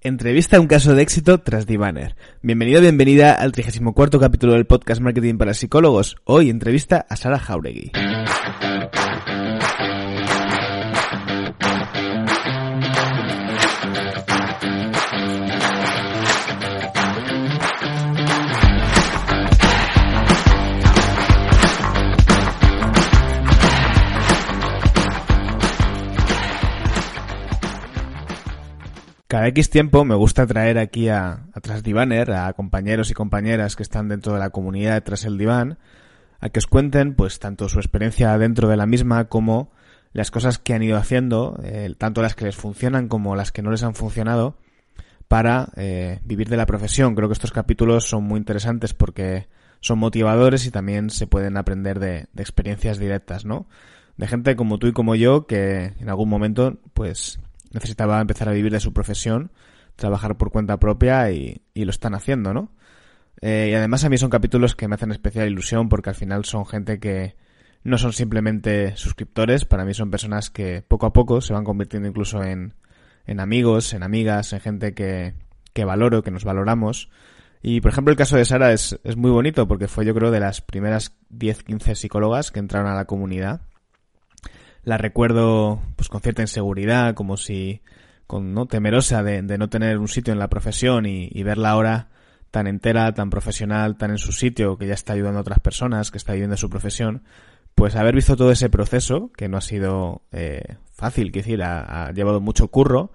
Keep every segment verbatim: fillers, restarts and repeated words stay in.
Entrevista a un caso de éxito tras Divaner. Bienvenido, bienvenida al trigésimo cuarto capítulo del podcast Marketing para Psicólogos. Hoy entrevista a Sara Jáuregui. Cada X tiempo me gusta traer aquí a, a Tras Divaner, a compañeros y compañeras que están dentro de la comunidad Tras el Diván, a que os cuenten pues tanto su experiencia dentro de la misma como las cosas que han ido haciendo, eh, tanto las que les funcionan como las que no les han funcionado, para eh, vivir de la profesión. Creo que estos capítulos son muy interesantes porque son motivadores y también se pueden aprender de, de experiencias directas, ¿no? De gente como tú y como yo que en algún momento pues necesitaba empezar a vivir de su profesión, trabajar por cuenta propia y, y lo están haciendo, ¿no? Eh, y además a mí son capítulos que me hacen especial ilusión porque al final son gente que no son simplemente suscriptores, para mí son personas que poco a poco se van convirtiendo incluso en, en amigos, en amigas, en gente que, que valoro, que nos valoramos. Y por ejemplo el caso de Sara es, es muy bonito porque fue yo creo de las primeras diez quince psicólogas que entraron a la comunidad. La recuerdo pues con cierta inseguridad, como si con no temerosa de, de no tener un sitio en la profesión y, y verla ahora tan entera, tan profesional, tan en su sitio, que ya está ayudando a otras personas, que está viviendo su profesión, pues haber visto todo ese proceso, que no ha sido eh, fácil, quiero decir, ha, ha llevado mucho curro,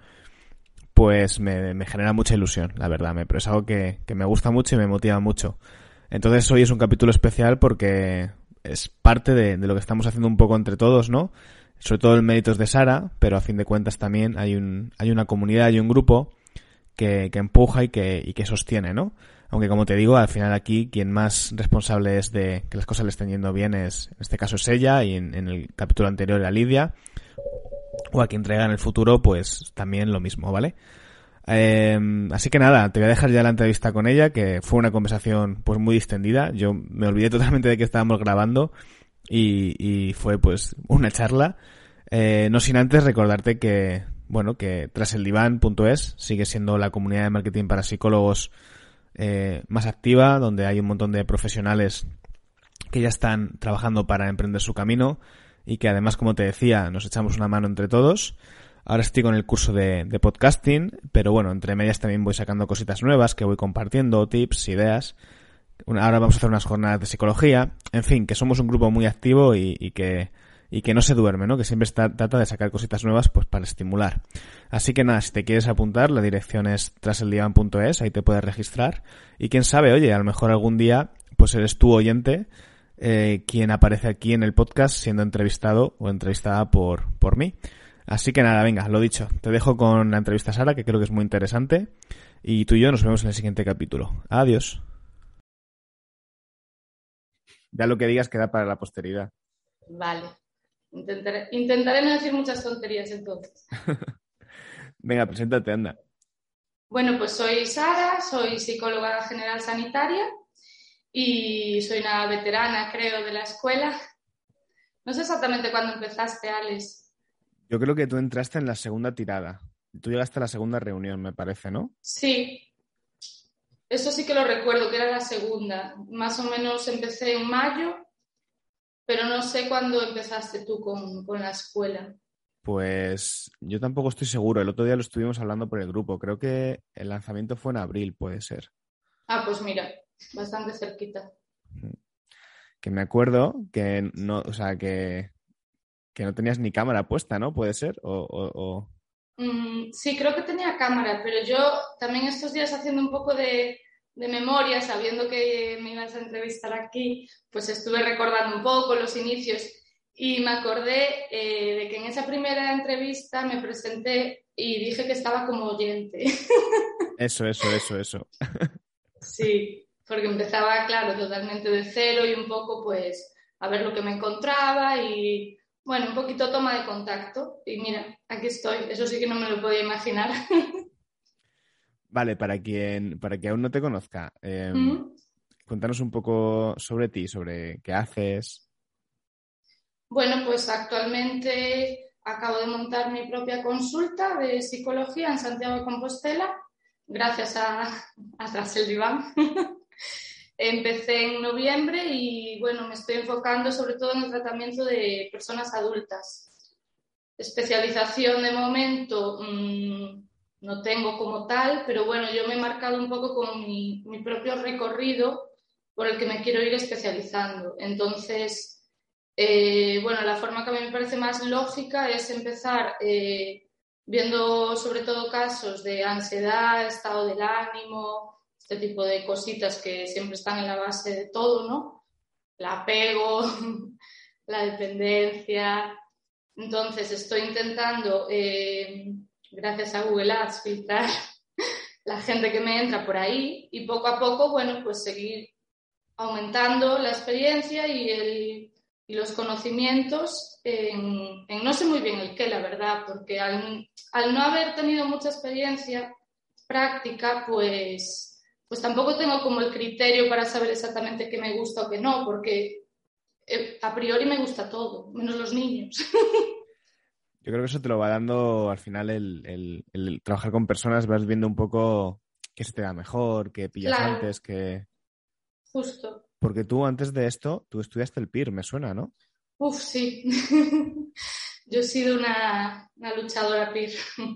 pues me, me genera mucha ilusión, la verdad, me, pero es algo que, que me gusta mucho y me motiva mucho. Entonces hoy es un capítulo especial porque es parte de, de lo que estamos haciendo un poco entre todos, ¿no? Sobre todo el mérito es de Sara, pero a fin de cuentas también hay un hay una comunidad, hay un grupo que, que empuja y que, y que sostiene, ¿no? Aunque como te digo, al final aquí quien más responsable es de que las cosas le estén yendo bien es, en este caso es ella, y en, en el capítulo anterior era Lidia, o a quien traiga en el futuro, pues también lo mismo, ¿vale? Eh, así que nada, te voy a dejar ya la entrevista con ella, que fue una conversación pues muy distendida. Yo me olvidé totalmente de que estábamos grabando y, y fue pues una charla. Eh, no sin antes recordarte que, bueno, que traseldiván punto es sigue siendo la comunidad de marketing para psicólogos eh, más activa, donde hay un montón de profesionales que ya están trabajando para emprender su camino y que además, como te decía, nos echamos una mano entre todos. Ahora estoy con el curso de, de podcasting, pero bueno, entre medias también voy sacando cositas nuevas que voy compartiendo, tips, ideas. Ahora vamos a hacer unas jornadas de psicología. En fin, que somos un grupo muy activo y, y que y que no se duerme, ¿no? Que siempre está, trata de sacar cositas nuevas pues para estimular. Así que nada, si te quieres apuntar, la dirección es traseldiván punto es, ahí te puedes registrar. Y quién sabe, oye, a lo mejor algún día pues eres tú oyente eh, quien aparece aquí en el podcast siendo entrevistado o entrevistada por, por mí. Así que nada, venga, lo dicho, te dejo con la entrevista a Sara, que creo que es muy interesante, y tú y yo nos vemos en el siguiente capítulo. Adiós. Ya lo que digas queda para la posteridad. Vale. Intentaré, intentaré no decir muchas tonterías entonces. Venga, preséntate, anda. Bueno, pues soy Sara, soy psicóloga general sanitaria y soy una veterana, creo, de la escuela. No sé exactamente cuándo empezaste, Alex. Yo creo que tú entraste en la segunda tirada. Tú llegaste a la segunda reunión, me parece, ¿no? Sí. Eso sí que lo recuerdo, que era la segunda. Más o menos empecé en mayo, pero no sé cuándo empezaste tú con, con la escuela. Pues yo tampoco estoy seguro. El otro día lo estuvimos hablando por el grupo. Creo que el lanzamiento fue en abril, puede ser. Ah, pues mira, bastante cerquita. Que me acuerdo que no, o sea, que, que no tenías ni cámara puesta, ¿no? Puede ser. O, o, o... Mm, sí, creo que tenía cámara, pero yo también estos días haciendo un poco de, de memoria, sabiendo que me ibas a entrevistar aquí, pues estuve recordando un poco los inicios y me acordé eh, de que en esa primera entrevista me presenté y dije que estaba como oyente. Eso, eso, eso, eso. Sí, porque empezaba, claro, totalmente de cero y un poco pues a ver lo que me encontraba y bueno, un poquito toma de contacto y mira, aquí estoy, eso sí que no me lo podía imaginar. Vale, para quien, para quien aún no te conozca, eh, ¿Mm? cuéntanos un poco sobre ti, sobre qué haces. Bueno, pues actualmente acabo de montar mi propia consulta de psicología en Santiago de Compostela gracias a, a Tras el Diván. Empecé en noviembre y bueno, me estoy enfocando sobre todo en el tratamiento de personas adultas. Especialización de momento mmm, no tengo como tal, pero bueno, yo me he marcado un poco como mi, mi propio recorrido por el que me quiero ir especializando. Entonces, eh, bueno, la forma que a mí me parece más lógica es empezar eh, viendo sobre todo casos de ansiedad, estado del ánimo, este tipo de cositas que siempre están en la base de todo, ¿no? El apego, la dependencia. Entonces, estoy intentando, eh, gracias a Google Ads, filtrar la gente que me entra por ahí y poco a poco, bueno, pues seguir aumentando la experiencia y, el, y los conocimientos en, en no sé muy bien el qué, la verdad, porque al, al no haber tenido mucha experiencia práctica, pues, pues tampoco tengo como el criterio para saber exactamente qué me gusta o qué no, porque eh, a priori me gusta todo, menos los niños. Yo creo que eso te lo va dando al final el, el, el trabajar con personas, vas viendo un poco qué se te da mejor, qué pillas Claro, antes, qué... justo. Porque tú antes de esto, tú estudiaste el P I R, me suena, ¿no? Uf, sí. Yo he sido una, una luchadora P I R.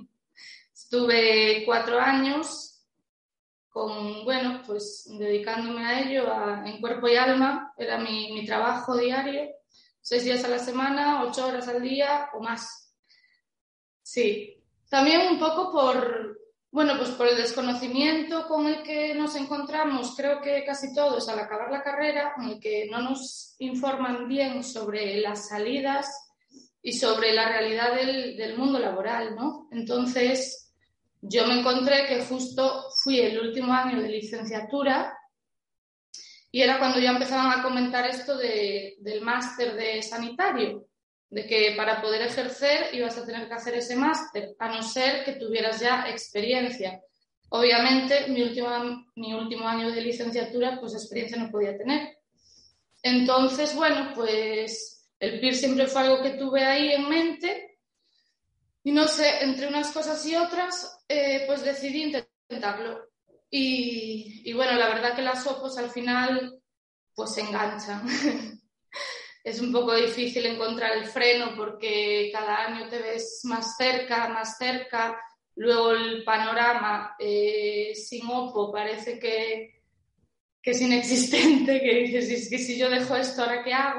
Estuve cuatro años con, bueno, pues dedicándome a ello a, en cuerpo y alma. Era mi, mi trabajo diario, seis días a la semana, ocho horas al día o más. Sí, también un poco por, bueno, pues por el desconocimiento con el que nos encontramos, creo que casi todos al acabar la carrera, en el que no nos informan bien sobre las salidas y sobre la realidad del, del mundo laboral, ¿no? Entonces, yo me encontré que justo fui el último año de licenciatura y era cuando ya empezaban a comentar esto de, del máster de sanitario, de que para poder ejercer ibas a tener que hacer ese máster, a no ser que tuvieras ya experiencia. Obviamente, mi último, mi último año de licenciatura, pues experiencia no podía tener. Entonces, bueno, pues el P I R siempre fue algo que tuve ahí en mente y no sé, entre unas cosas y otras, eh, pues decidí intentarlo. Y, y bueno, la verdad que las opos al final pues se enganchan. Es un poco difícil encontrar el freno porque cada año te ves más cerca, más cerca. Luego el panorama eh, sin OPO parece que, que es inexistente, que dices, es que si yo dejo esto, ¿ahora qué hago?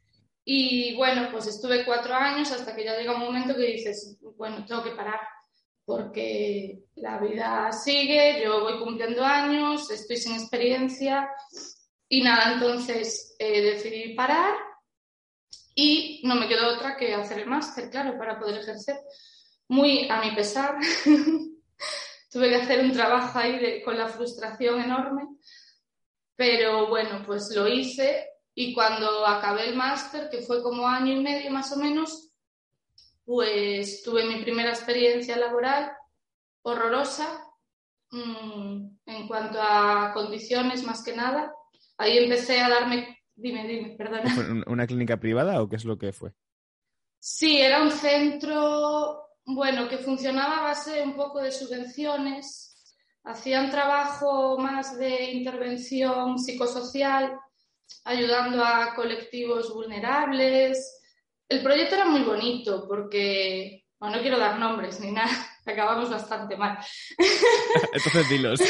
Y bueno, pues estuve cuatro años hasta que ya llega un momento que dices, bueno, tengo que parar porque la vida sigue, yo voy cumpliendo años, estoy sin experiencia y nada, entonces eh, decidí parar y no me quedó otra que hacer el máster, claro, para poder ejercer. Muy a mi pesar, tuve que hacer un trabajo ahí de, con la frustración enorme, pero bueno, pues lo hice y cuando acabé el máster, que fue como año y medio más o menos, pues tuve mi primera experiencia laboral horrorosa mmm, en cuanto a condiciones más que nada. Ahí empecé a darme... Dime, dime, ¿Qué fue? perdona. ¿Una clínica privada o qué es lo que fue? Sí, era un centro, bueno, que funcionaba a base un poco de subvenciones. Hacían trabajo más de intervención psicosocial, ayudando a colectivos vulnerables. El proyecto era muy bonito porque, bueno, no quiero dar nombres ni nada, acabamos bastante mal. Entonces dilos.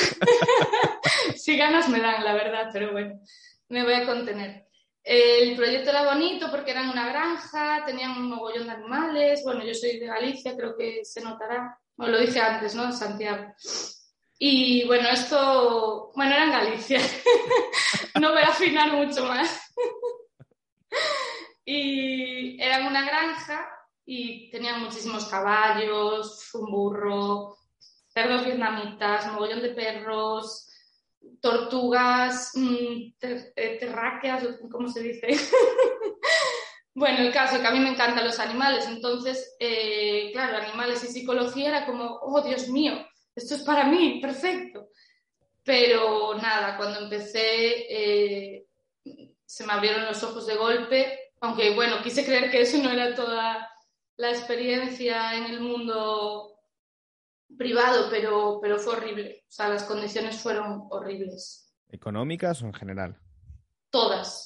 Sí, ganas me dan, la verdad, pero bueno, me voy a contener. El proyecto era bonito porque era en una granja, tenían un mogollón de animales. Bueno, yo soy de Galicia, creo que se notará. Bueno, lo dije antes, ¿no? Santiago. Y bueno, esto, bueno, era en Galicia. No voy a afinar mucho más. Y era en una granja y tenían muchísimos caballos, un burro, cerdos vietnamitas, mogollón de perros, tortugas, mmm, ter terráqueas, ¿cómo se dice? Bueno, el caso es que a mí me encantan los animales, entonces, eh, claro, animales y psicología era como, oh, Dios mío, esto es para mí, perfecto. Pero nada, cuando empecé eh, se me abrieron los ojos de golpe, aunque bueno, quise creer que eso no era toda la experiencia en el mundo privado, pero, pero fue horrible. O sea, las condiciones fueron horribles. ¿Económicas o en general? Todas.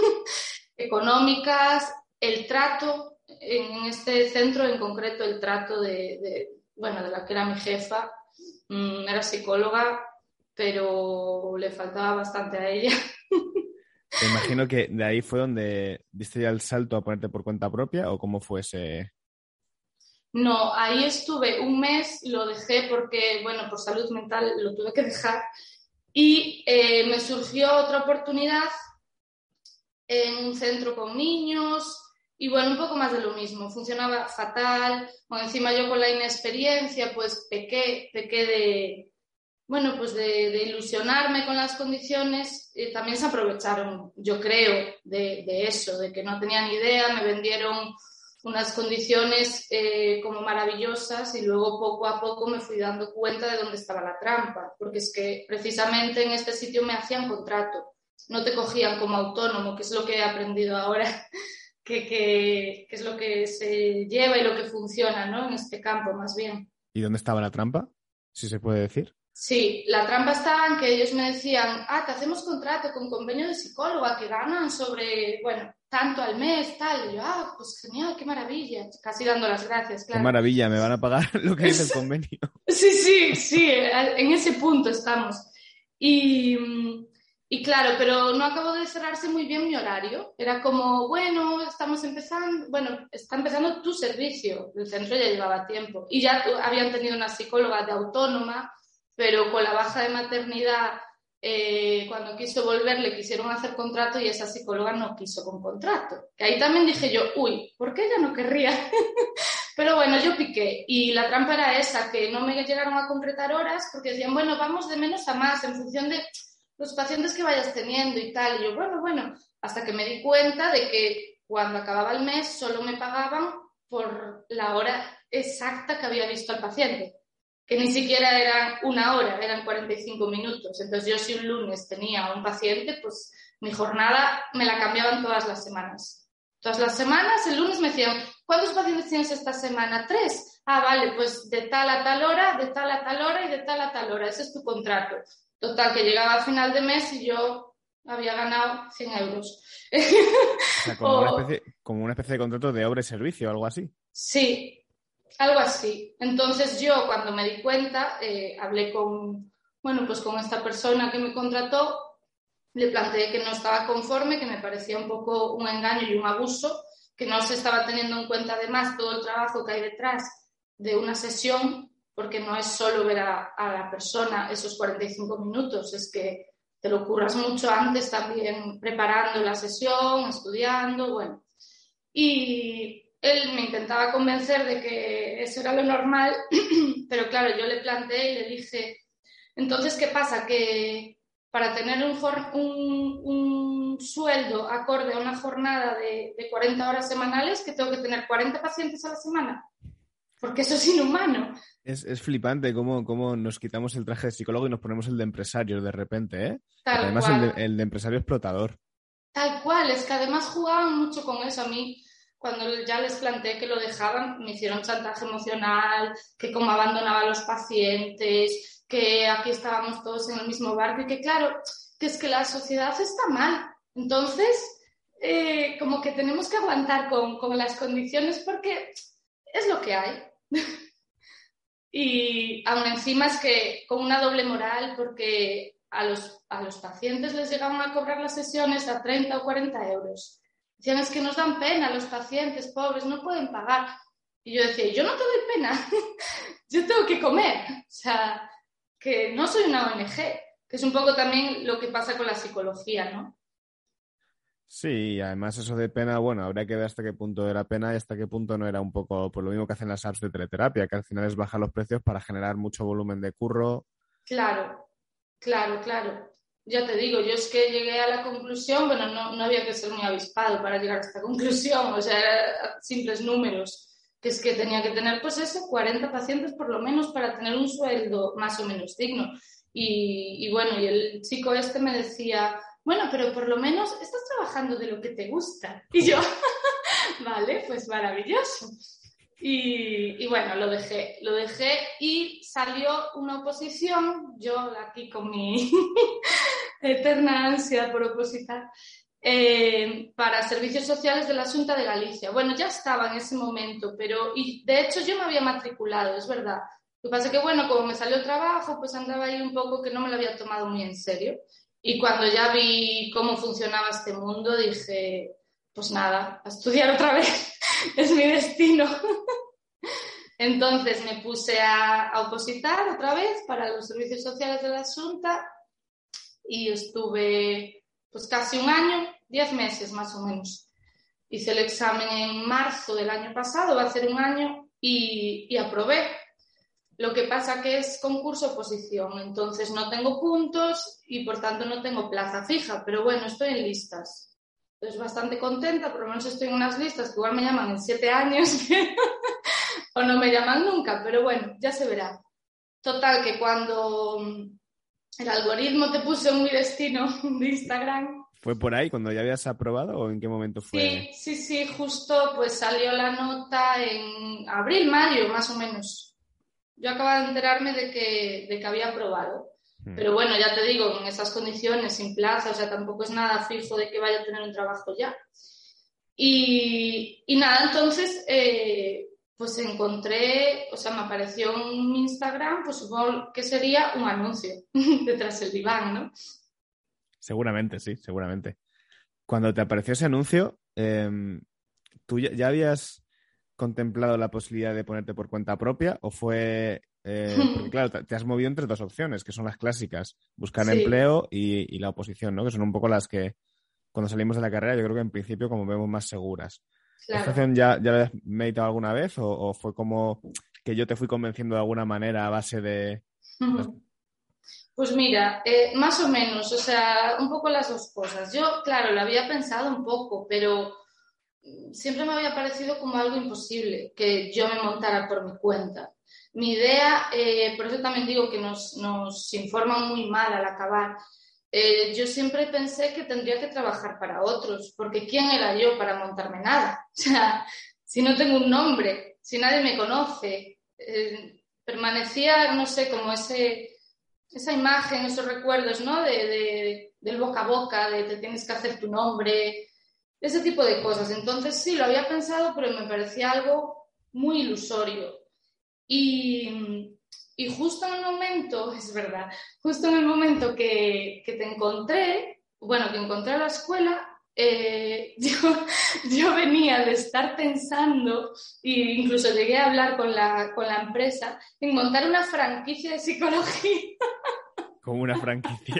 Económicas, el trato, en este centro en concreto, el trato de, de bueno, de la que era mi jefa, mmm, era psicóloga, pero le faltaba bastante a ella. Te imagino que de ahí fue donde diste ya el salto a ponerte por cuenta propia, ¿o cómo fue ese...? No, ahí estuve un mes, lo dejé porque, bueno, por salud mental lo tuve que dejar, y eh, me surgió otra oportunidad en un centro con niños y, bueno, un poco más de lo mismo. Funcionaba fatal, bueno, encima yo con la inexperiencia pues pequé, pequé de, bueno, pues de, de ilusionarme con las condiciones. Eh, también se aprovecharon, yo creo, de, de eso, de que no tenían idea, me vendieron unas condiciones eh, como maravillosas, y luego poco a poco me fui dando cuenta de dónde estaba la trampa, porque es que precisamente en este sitio me hacían contrato, no te cogían como autónomo, que es lo que he aprendido ahora, que, que, que es lo que se lleva y lo que funciona, ¿no? En este campo, más bien. ¿Y dónde estaba la trampa? Si se puede decir. Sí, la trampa estaba en que ellos me decían, ah, te hacemos contrato con convenio de psicóloga que ganan sobre, bueno, tanto al mes, tal. Y yo, ah, pues genial, qué maravilla. Casi dando las gracias, claro. Qué maravilla, me van a pagar lo que dice el convenio. Sí, sí, sí, en ese punto estamos. Y, y claro, pero no acabó de cerrarse muy bien mi horario. Era como, bueno, estamos empezando, bueno, está empezando tu servicio. El centro ya llevaba tiempo. Y ya habían tenido una psicóloga de autónoma, pero con la baja de maternidad, eh, cuando quiso volver le quisieron hacer contrato y esa psicóloga no quiso con contrato. Que ahí también dije yo, uy, ¿por qué ella no querría? Pero bueno, yo piqué, y la trampa era esa, que no me llegaron a concretar horas porque decían, bueno, vamos de menos a más en función de los pacientes que vayas teniendo y tal. Y yo, bueno, bueno, hasta que me di cuenta de que cuando acababa el mes solo me pagaban por la hora exacta que había visto al paciente, que ni siquiera eran una hora, eran cuarenta y cinco minutos. Entonces yo, si un lunes tenía un paciente, pues mi jornada me la cambiaban todas las semanas. Todas las semanas, el lunes me decían, ¿cuántos pacientes tienes esta semana? Tres. Ah, vale, pues de tal a tal hora, de tal a tal hora y de tal a tal hora. Ese es tu contrato. Total, que llegaba a final de mes y yo había ganado cien euros. O sea, como, o... una especie, como una especie de contrato de obra y servicio o algo así. Sí. Algo así. Entonces yo, cuando me di cuenta, eh, hablé con, bueno, pues con esta persona que me contrató, le planteé que no estaba conforme, que me parecía un poco un engaño y un abuso, que no se estaba teniendo en cuenta además todo el trabajo que hay detrás de una sesión, porque no es solo ver a, a la persona esos cuarenta y cinco minutos, es que te lo curras mucho antes también preparando la sesión, estudiando, bueno. Y él me intentaba convencer de que eso era lo normal, pero claro, yo le planteé y le dije, entonces, ¿qué pasa? Que para tener un, for- un, un sueldo acorde a una jornada de, de cuarenta horas semanales, que tengo que tener cuarenta pacientes a la semana, porque eso es inhumano. Es, es flipante cómo, cómo nos quitamos el traje de psicólogo y nos ponemos el de empresario de repente, ¿eh? Tal Además, cual. el de, el de empresario explotador. Tal cual, es que además jugaban mucho con eso. A mí, cuando ya les planteé que lo dejaban, me hicieron chantaje emocional, que como abandonaba a los pacientes, que aquí estábamos todos en el mismo barco y que claro, que es que la sociedad está mal. Entonces, eh, como que tenemos que aguantar con, con las condiciones porque es lo que hay. Y aún encima es que con una doble moral, porque a los, a los pacientes les llegaban a cobrar las sesiones a treinta o cuarenta euros. Decían, es que nos dan pena los pacientes pobres, no pueden pagar. Y yo decía, yo no te doy pena, yo tengo que comer. O sea, que no soy una O N G, que es un poco también lo que pasa con la psicología, ¿no? Sí, además eso de pena, bueno, habría que ver hasta qué punto era pena y hasta qué punto no era un poco por lo mismo que hacen las apps de teleterapia, que al final es bajar los precios para generar mucho volumen de curro. Claro, claro, claro. Ya te digo, yo es que llegué a la conclusión, bueno, no, no había que ser muy avispado para llegar a esta conclusión, o sea, eran simples números, que es que tenía que tener, pues eso, cuarenta pacientes por lo menos para tener un sueldo más o menos digno. Y, y bueno, y el chico este me decía, bueno, pero por lo menos estás trabajando de lo que te gusta. Y yo, vale, pues maravilloso. Y, y bueno, lo dejé, lo dejé y salió una oposición, yo aquí con mi eterna ansia por opositar, eh, para servicios sociales de la Xunta de Galicia. Bueno, ya estaba en ese momento, pero y de hecho yo me había matriculado, es verdad. Lo que pasa es que, bueno, como me salió el trabajo, pues andaba ahí un poco que no me lo había tomado muy en serio. Y cuando ya vi cómo funcionaba este mundo, dije, pues nada, a estudiar otra vez, es mi destino. Entonces me puse a, a opositar otra vez para los servicios sociales de la Xunta y estuve pues casi un año, diez meses más o menos. Hice el examen en marzo del año pasado, va a ser un año, y, y aprobé. Lo que pasa que es concurso-oposición, entonces no tengo puntos y por tanto no tengo plaza fija, pero bueno, estoy en listas. Estoy bastante contenta, por lo menos estoy en unas listas que igual me llaman en siete años o no me llaman nunca, pero bueno, ya se verá. Total, que cuando el algoritmo te puso en mi destino de Instagram... ¿Fue por ahí cuando ya habías aprobado o en qué momento fue? Sí, sí, sí, justo pues salió la nota en abril, mayo, más o menos. Yo acababa de enterarme de que, de que había aprobado. Hmm. Pero bueno, ya te digo, en esas condiciones, sin plaza, o sea, tampoco es nada fijo de que vaya a tener un trabajo ya. Y, y nada, entonces, eh, pues encontré, o sea, me apareció en mi Instagram, pues supongo que sería un anuncio detrás del diván, ¿no? Seguramente, sí, seguramente. Cuando te apareció ese anuncio, eh, ¿tú ya, ya habías contemplado la posibilidad de ponerte por cuenta propia o fue... Eh, porque claro, te, te has movido entre dos opciones, que son las clásicas, buscar Sí. empleo y, y la oposición, ¿no? Que son un poco las que cuando salimos de la carrera yo creo que en principio como vemos más seguras. Claro. ¿Esta opción ya, ya la has meditado alguna vez o, o fue como que yo te fui convenciendo de alguna manera a base de... Pues mira, eh, más o menos, o sea, un poco las dos cosas. Yo, claro, lo había pensado un poco, pero siempre me había parecido como algo imposible que yo me montara por mi cuenta. Mi idea, eh, por eso también digo que nos, nos informan muy mal al acabar. Eh, yo siempre pensé que tendría que trabajar para otros, porque ¿quién era yo para montarme nada? O sea, si no tengo un nombre, si nadie me conoce, eh, permanecía, no sé, como ese... esa imagen, esos recuerdos, ¿no? De, de, del boca a boca, de te tienes que hacer tu nombre, ese tipo de cosas. Entonces sí, lo había pensado, pero me parecía algo muy ilusorio. Y, y justo en el momento, es verdad, justo en el momento que, que te encontré, bueno, que encontré a la escuela, eh, yo, yo venía de estar pensando, e incluso llegué a hablar con la, con la empresa, en montar una franquicia de psicología. Como una franquicia.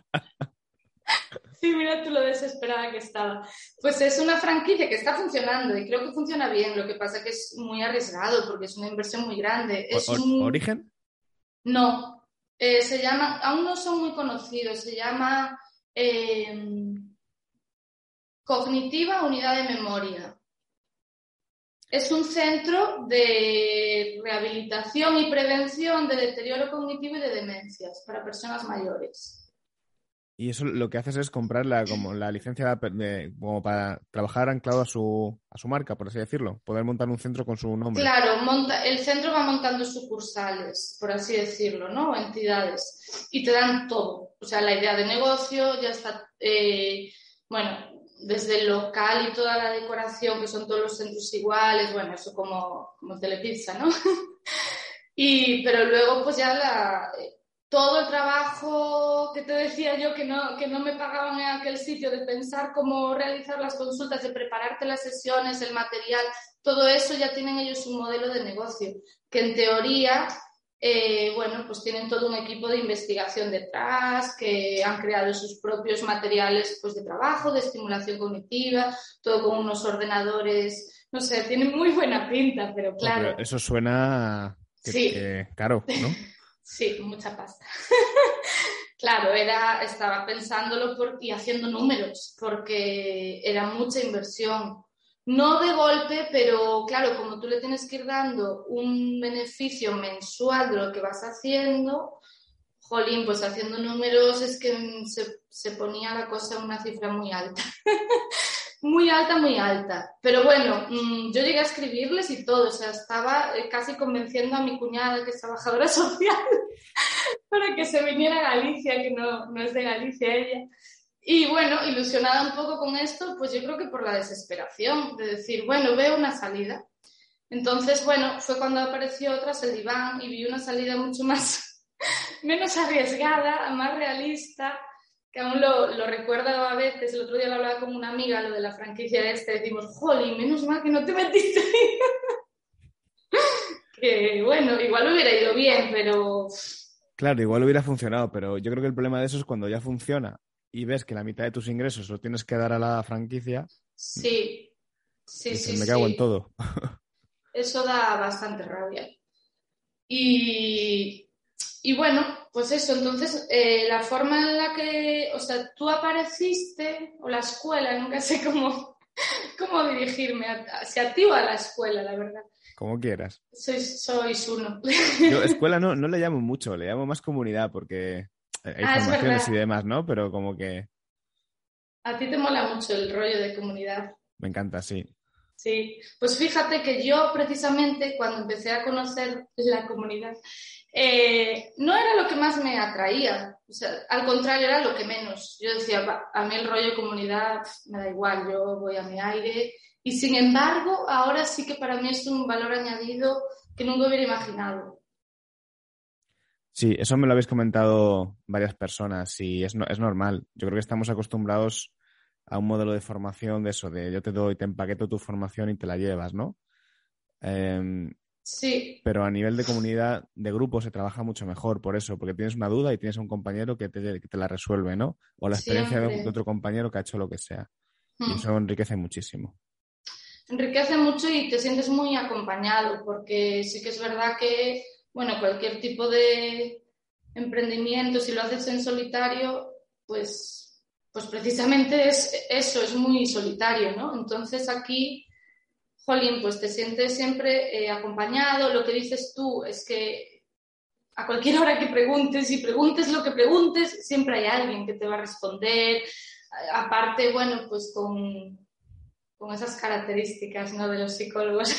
Sí, mira tú lo desesperada que estaba. Pues es una franquicia que está funcionando y creo que funciona bien. Lo que pasa es que es muy arriesgado porque es una inversión muy grande. Es ¿Or- un... ¿Origen? No, eh, se llama, aún no son muy conocidos, se llama eh, Cognitiva Unidad de Memoria. Es un centro de rehabilitación y prevención de deterioro cognitivo y de demencias para personas mayores. Y eso lo que haces es comprar la, como la licencia de, como para trabajar anclado a su, a su marca, por así decirlo. Poder montar un centro con su nombre. Claro, monta, el centro va montando sucursales, por así decirlo, ¿no? O entidades. Y te dan todo. O sea, la idea de negocio ya está, eh, bueno, desde el local y toda la decoración, que son todos los centros iguales, bueno, eso como, como Telepizza, ¿no? y, pero luego, pues ya la... todo el trabajo que te decía yo que no, que no me pagaban en aquel sitio, de pensar cómo realizar las consultas, de prepararte las sesiones, el material, todo eso ya tienen ellos un modelo de negocio, que en teoría, eh, bueno, pues tienen todo un equipo de investigación detrás, que han creado sus propios materiales pues, de trabajo, de estimulación cognitiva, todo con unos ordenadores, no sé, tienen muy buena pinta, pero claro. No, pero eso suena que, sí. que caro, ¿no? Sí, mucha pasta. Claro, era, estaba pensándolo por, y haciendo números, porque era mucha inversión. No de golpe, pero claro, como tú le tienes que ir dando un beneficio mensual de lo que vas haciendo, jolín, pues haciendo números es que se, se ponía la cosa en una cifra muy alta. muy alta, muy alta. Pero bueno, mmm, yo llegué a escribirles y todo, o sea, estaba casi convenciendo a mi cuñada, que es trabajadora social, para que se viniera a Galicia, que no, no es de Galicia ella. Y bueno, ilusionada un poco con esto, pues yo creo que por la desesperación de decir, bueno, veo una salida. Entonces, bueno, fue cuando apareció Tras el Diván y vi una salida mucho más, menos arriesgada, más realista, que aún lo, lo recuerdo a veces. El otro día lo hablaba con una amiga, lo de la franquicia este, decimos, jolín, menos mal que no te metiste ahí. Que bueno, igual hubiera ido bien, pero... Claro, igual hubiera funcionado, pero yo creo que el problema de eso es cuando ya funciona y ves que la mitad de tus ingresos lo tienes que dar a la franquicia. Sí, sí, Dices, sí, me cago en sí. todo. Eso da bastante rabia. Y, y bueno, pues eso, entonces eh, la forma en la que, o sea, tú apareciste, o la escuela, nunca sé cómo, cómo dirigirme, a, si a ti o a la escuela, la verdad. Como quieras. Sois, sois uno. Yo escuela no, no le llamo mucho, le llamo más comunidad porque hay Ah, es formaciones y verdad. demás, ¿no? Pero como que A ti te mola mucho el rollo de comunidad. me encanta, sí. Sí, pues fíjate que yo precisamente cuando empecé a conocer la comunidad, eh, no era lo que más me atraía, o sea, al contrario era lo que menos. Yo decía, "Va, a mí el rollo comunidad me da igual, yo voy a mi aire", y sin embargo ahora sí que para mí es un valor añadido que nunca hubiera imaginado. Sí, eso me lo habéis comentado varias personas y es, no- es normal. Yo creo que estamos acostumbrados a un modelo de formación de eso, de yo te doy, te empaqueto tu formación y te la llevas, ¿no? Em, Sí, pero a nivel de comunidad, de grupo, se trabaja mucho mejor por eso, porque tienes una duda y tienes un compañero que te, que te la resuelve, ¿no? O la experiencia de, de siempre. otro compañero que ha hecho lo que sea. Y Hmm. eso enriquece muchísimo. Enriquece mucho y te sientes muy acompañado, porque sí que es verdad que, bueno, cualquier tipo de emprendimiento, si lo haces en solitario, pues, pues precisamente es eso, es muy solitario, ¿no? Entonces aquí, jolín, pues te sientes siempre eh, acompañado. Lo que dices tú es que a cualquier hora que preguntes y preguntes lo que preguntes, siempre hay alguien que te va a responder. Aparte, bueno, pues con con esas características, ¿no?, de los psicólogos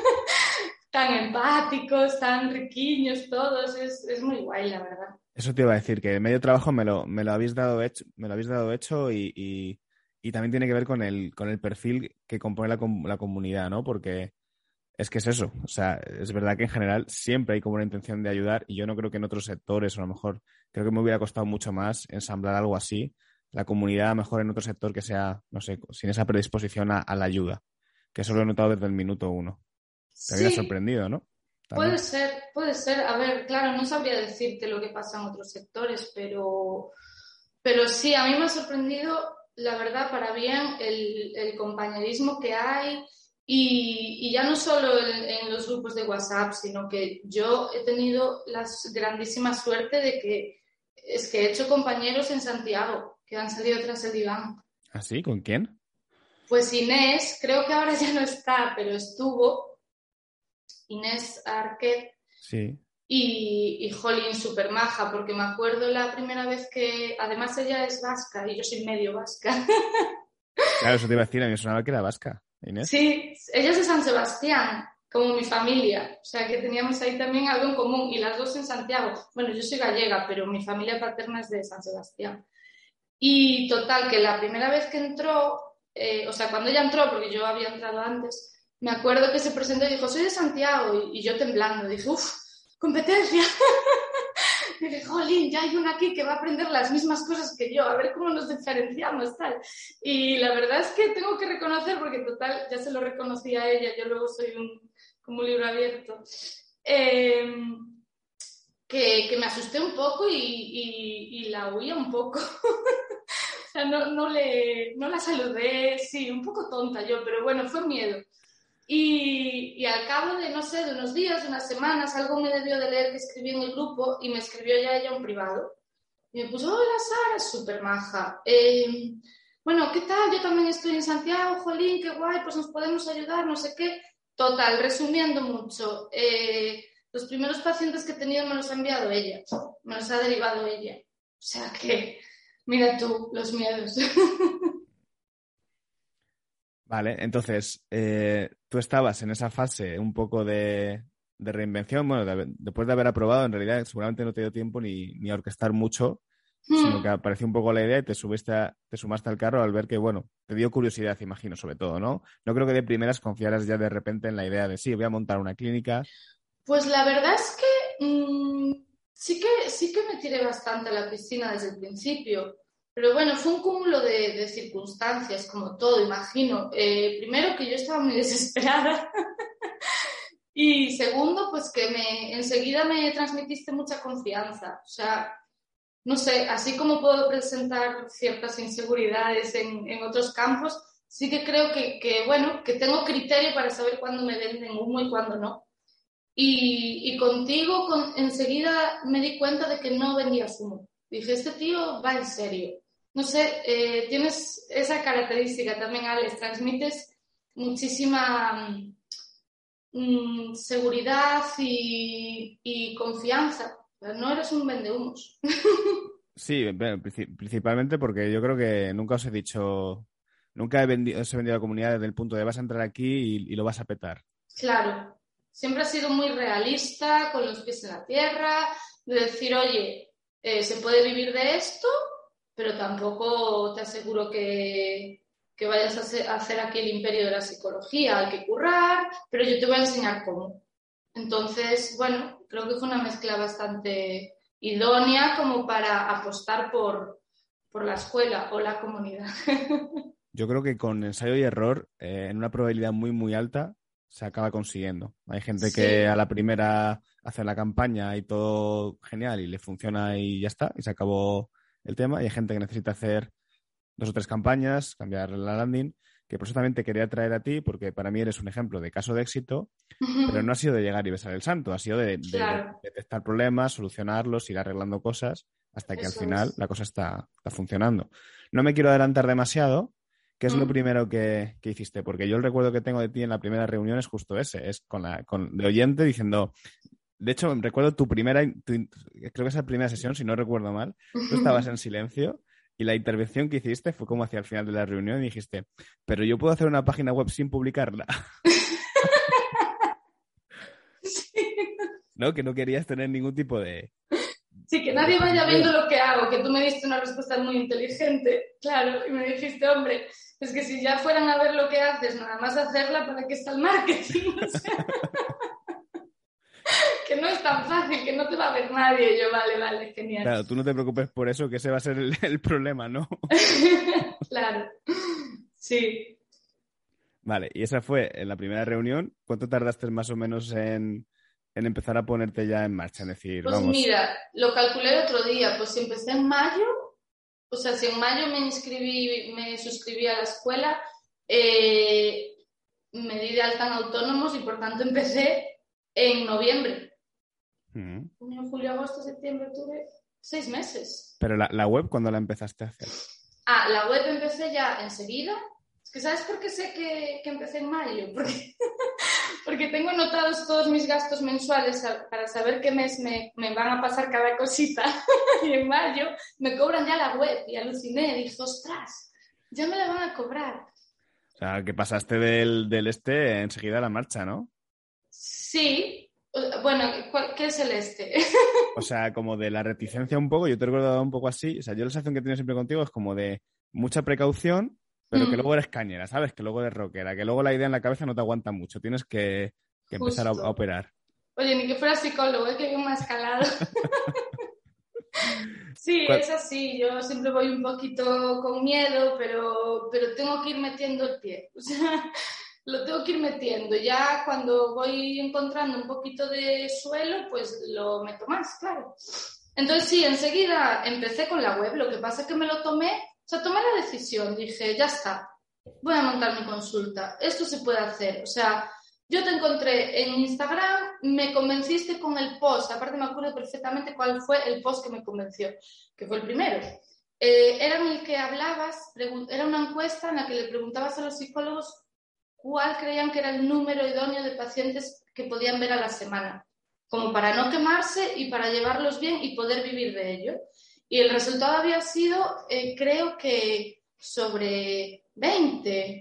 tan empáticos, tan riquiños todos, es, es muy guay, la verdad. Eso te iba a decir, que medio trabajo me lo, me lo habéis dado hecho, me lo habéis dado hecho y, y- y también tiene que ver con el, con el perfil que compone la, com- la comunidad, ¿no? Porque es que es eso. O sea, es verdad que en general siempre hay como una intención de ayudar y yo no creo que en otros sectores, o a lo mejor creo que me hubiera costado mucho más ensamblar algo así. La comunidad, a lo mejor en otro sector que sea, no sé, sin esa predisposición a, a la ayuda, que eso lo he notado desde el minuto uno. Te había Sí, sorprendido, ¿no? puede También. ser, puede ser. A ver, claro, no sabría decirte lo que pasa en otros sectores, pero, pero sí, a mí me ha sorprendido, la verdad, para bien, el, el compañerismo que hay. Y, y ya no solo en, en los grupos de WhatsApp, sino que yo he tenido la grandísima suerte de que es que he hecho compañeros en Santiago que han salido tras el diván. ¿Ah, sí? ¿Con quién? Pues Inés, creo que ahora ya no está, pero estuvo, Inés Arquet, Sí. y, y Jolín, súper maja, porque me acuerdo la primera vez que, además ella es vasca y yo soy medio vasca. Claro, eso te iba a decir, a mí me sonaba que era vasca, Inés. Sí, ella es de San Sebastián, como mi familia, o sea que teníamos ahí también algo en común, y las dos en Santiago. Bueno, yo soy gallega, pero mi familia paterna es de San Sebastián. Y total, que la primera vez que entró, eh, o sea, cuando ella entró, porque yo había entrado antes, me acuerdo que se presentó y dijo, soy de Santiago, y, y yo temblando, dije, uff, competencia. Dije, jolín, ya hay una aquí que va a aprender las mismas cosas que yo, a ver cómo nos diferenciamos, tal. Y la verdad es que tengo que reconocer, porque total, ya se lo reconocí a ella, yo luego soy un, como un libro abierto, eh, que, que me asusté un poco y, y, y la huía un poco. O sea, no, no, le, no la saludé, sí, un poco tonta yo, pero bueno, fue miedo. Y, y al cabo de, no sé, de unos días, de unas semanas, algo me debió de leer que escribí en el grupo y me escribió ya ella un privado. Y me puso, hola Sara, súper maja. Eh, bueno, ¿qué tal? Yo también estoy en Santiago, jolín, qué guay, pues nos podemos ayudar, no sé qué. Total, resumiendo mucho, eh, los primeros pacientes que he tenido me los ha enviado ella, me los ha derivado ella. O sea que, mira tú, los miedos. Vale, entonces, eh, tú estabas en esa fase un poco de, de reinvención. Bueno, de- después de haber aprobado, en realidad seguramente no te dio tiempo ni, ni a orquestar mucho, sino que Mm. apareció un poco la idea y te subiste a- te sumaste al carro al ver que, bueno, te dio curiosidad, imagino, sobre todo, ¿no? No creo que de primeras confiaras ya de repente en la idea de, sí, voy a montar una clínica. Pues la verdad es que mm, sí que sí que me tiré bastante a la piscina desde el principio. Pero bueno, fue un cúmulo de, de circunstancias, como todo, imagino. Eh, primero que yo estaba muy desesperada y segundo, pues que me enseguida me transmitiste mucha confianza. O sea, no sé, así como puedo presentar ciertas inseguridades en, en otros campos, sí que creo que, que, bueno, que tengo criterio para saber cuándo me venden humo y cuándo no. Y, y contigo con, enseguida me di cuenta de que no vendías humo. Dije, este tío va en serio. No sé, eh, tienes esa característica también, Alex, transmites muchísima mm, seguridad y, y confianza. No eres un vendehumos. Sí, bueno, princi- principalmente porque yo creo que nunca os he dicho, nunca he vendido, os he vendido a la comunidad desde el punto de vas a entrar aquí y, y lo vas a petar. Claro, siempre has sido muy realista, con los pies en la tierra, de decir, oye, eh, se puede vivir de esto, pero tampoco te aseguro que, que vayas a hacer, a hacer aquí el imperio de la psicología, hay que currar, pero yo te voy a enseñar cómo. Entonces, bueno, creo que fue una mezcla bastante idónea como para apostar por, por la escuela o la comunidad. Yo creo que con ensayo y error, eh, en una probabilidad muy, muy alta, se acaba consiguiendo. Hay gente que a Sí. la primera hace la campaña y todo genial y le funciona y ya está, y se acabó el tema. Y hay gente que necesita hacer dos o tres campañas, cambiar la landing, que por eso también te quería traer a ti, porque para mí eres un ejemplo de caso de éxito, pero no ha sido de llegar y besar el santo, ha sido de, de- de Claro, detectar problemas, solucionarlos, ir arreglando cosas, hasta que al eso final es. la cosa está, está funcionando. No me quiero adelantar demasiado. ¿Qué es lo ¿Mm? primero que, que hiciste? Porque yo el recuerdo que tengo de ti en la primera reunión es justo ese, es con la, con, de oyente diciendo, de hecho, recuerdo tu primera, tu in- creo que esa primera sesión, si no recuerdo mal, tú estabas en silencio y la intervención que hiciste fue como hacia el final de la reunión y dijiste, pero yo puedo hacer una página web sin publicarla, Sí. ¿no? Que no querías tener ningún tipo de, Sí, que de nadie vaya viendo exposición. lo que hago, que tú me diste una respuesta muy inteligente, claro, y me dijiste, hombre, es que si ya fueran a ver lo que haces, nada más hacerla, ¿para qué está el marketing? O sea, que no es tan fácil, que no te va a ver nadie. Y yo, vale, vale, genial. Claro, tú no te preocupes por eso, que ese va a ser el, el problema, ¿no? Claro, sí. Vale, y esa fue en la primera reunión. ¿Cuánto tardaste más o menos en, en empezar a ponerte ya en marcha? En decir, Pues vamos, mira, lo calculé el otro día, pues si empecé en mayo, o sea, si en mayo me inscribí, me suscribí a la escuela, eh, me di de alta en autónomos y por tanto empecé en noviembre. mm, Junio, julio, agosto, septiembre, octubre, seis meses. pero la, la web, ¿cuándo la empezaste a hacer? Ah, la web empecé ya enseguida. Es que ¿sabes por qué sé que, que empecé en mayo? Porque, porque tengo anotados todos mis gastos mensuales para saber qué mes me, me van a pasar cada cosita. Y en mayo me cobran ya la web y aluciné. Dije, ostras, ya me la van a cobrar. O sea, que pasaste del, del este enseguida a la marcha, ¿no? Sí, bueno, ¿qué es el este? O sea, como de la reticencia un poco, yo te recuerdo un poco así. O sea, yo la sensación que he tenido siempre contigo es como de mucha precaución, pero que luego eres cañera, ¿sabes? Que luego eres rockera, que luego la idea en la cabeza no te aguanta mucho. Tienes que, que empezar a, a Justo. operar. Oye, ni que fuera psicólogo, ¿eh? Que bien me ha escalado. Sí, ¿Cuál- es así. Yo siempre voy un poquito con miedo, pero, pero tengo que ir metiendo el pie. O sea, lo tengo que ir metiendo. Ya cuando voy encontrando un poquito de suelo, pues lo meto más, claro. Entonces sí, enseguida empecé con la web. Lo que pasa es que me lo tomé, o sea, tomé la decisión. Dije, ya está, voy a montar mi consulta. Esto se puede hacer. O sea, yo te encontré en Instagram, me convenciste con el post, aparte me acuerdo perfectamente cuál fue el post que me convenció, que fue el primero. Eh, era en el que hablabas, era una encuesta en la que le preguntabas a los psicólogos cuál creían que era el número idóneo de pacientes que podían ver a la semana, como para no quemarse y para llevarlos bien y poder vivir de ello. Y el resultado había sido, eh, creo que sobre veinte.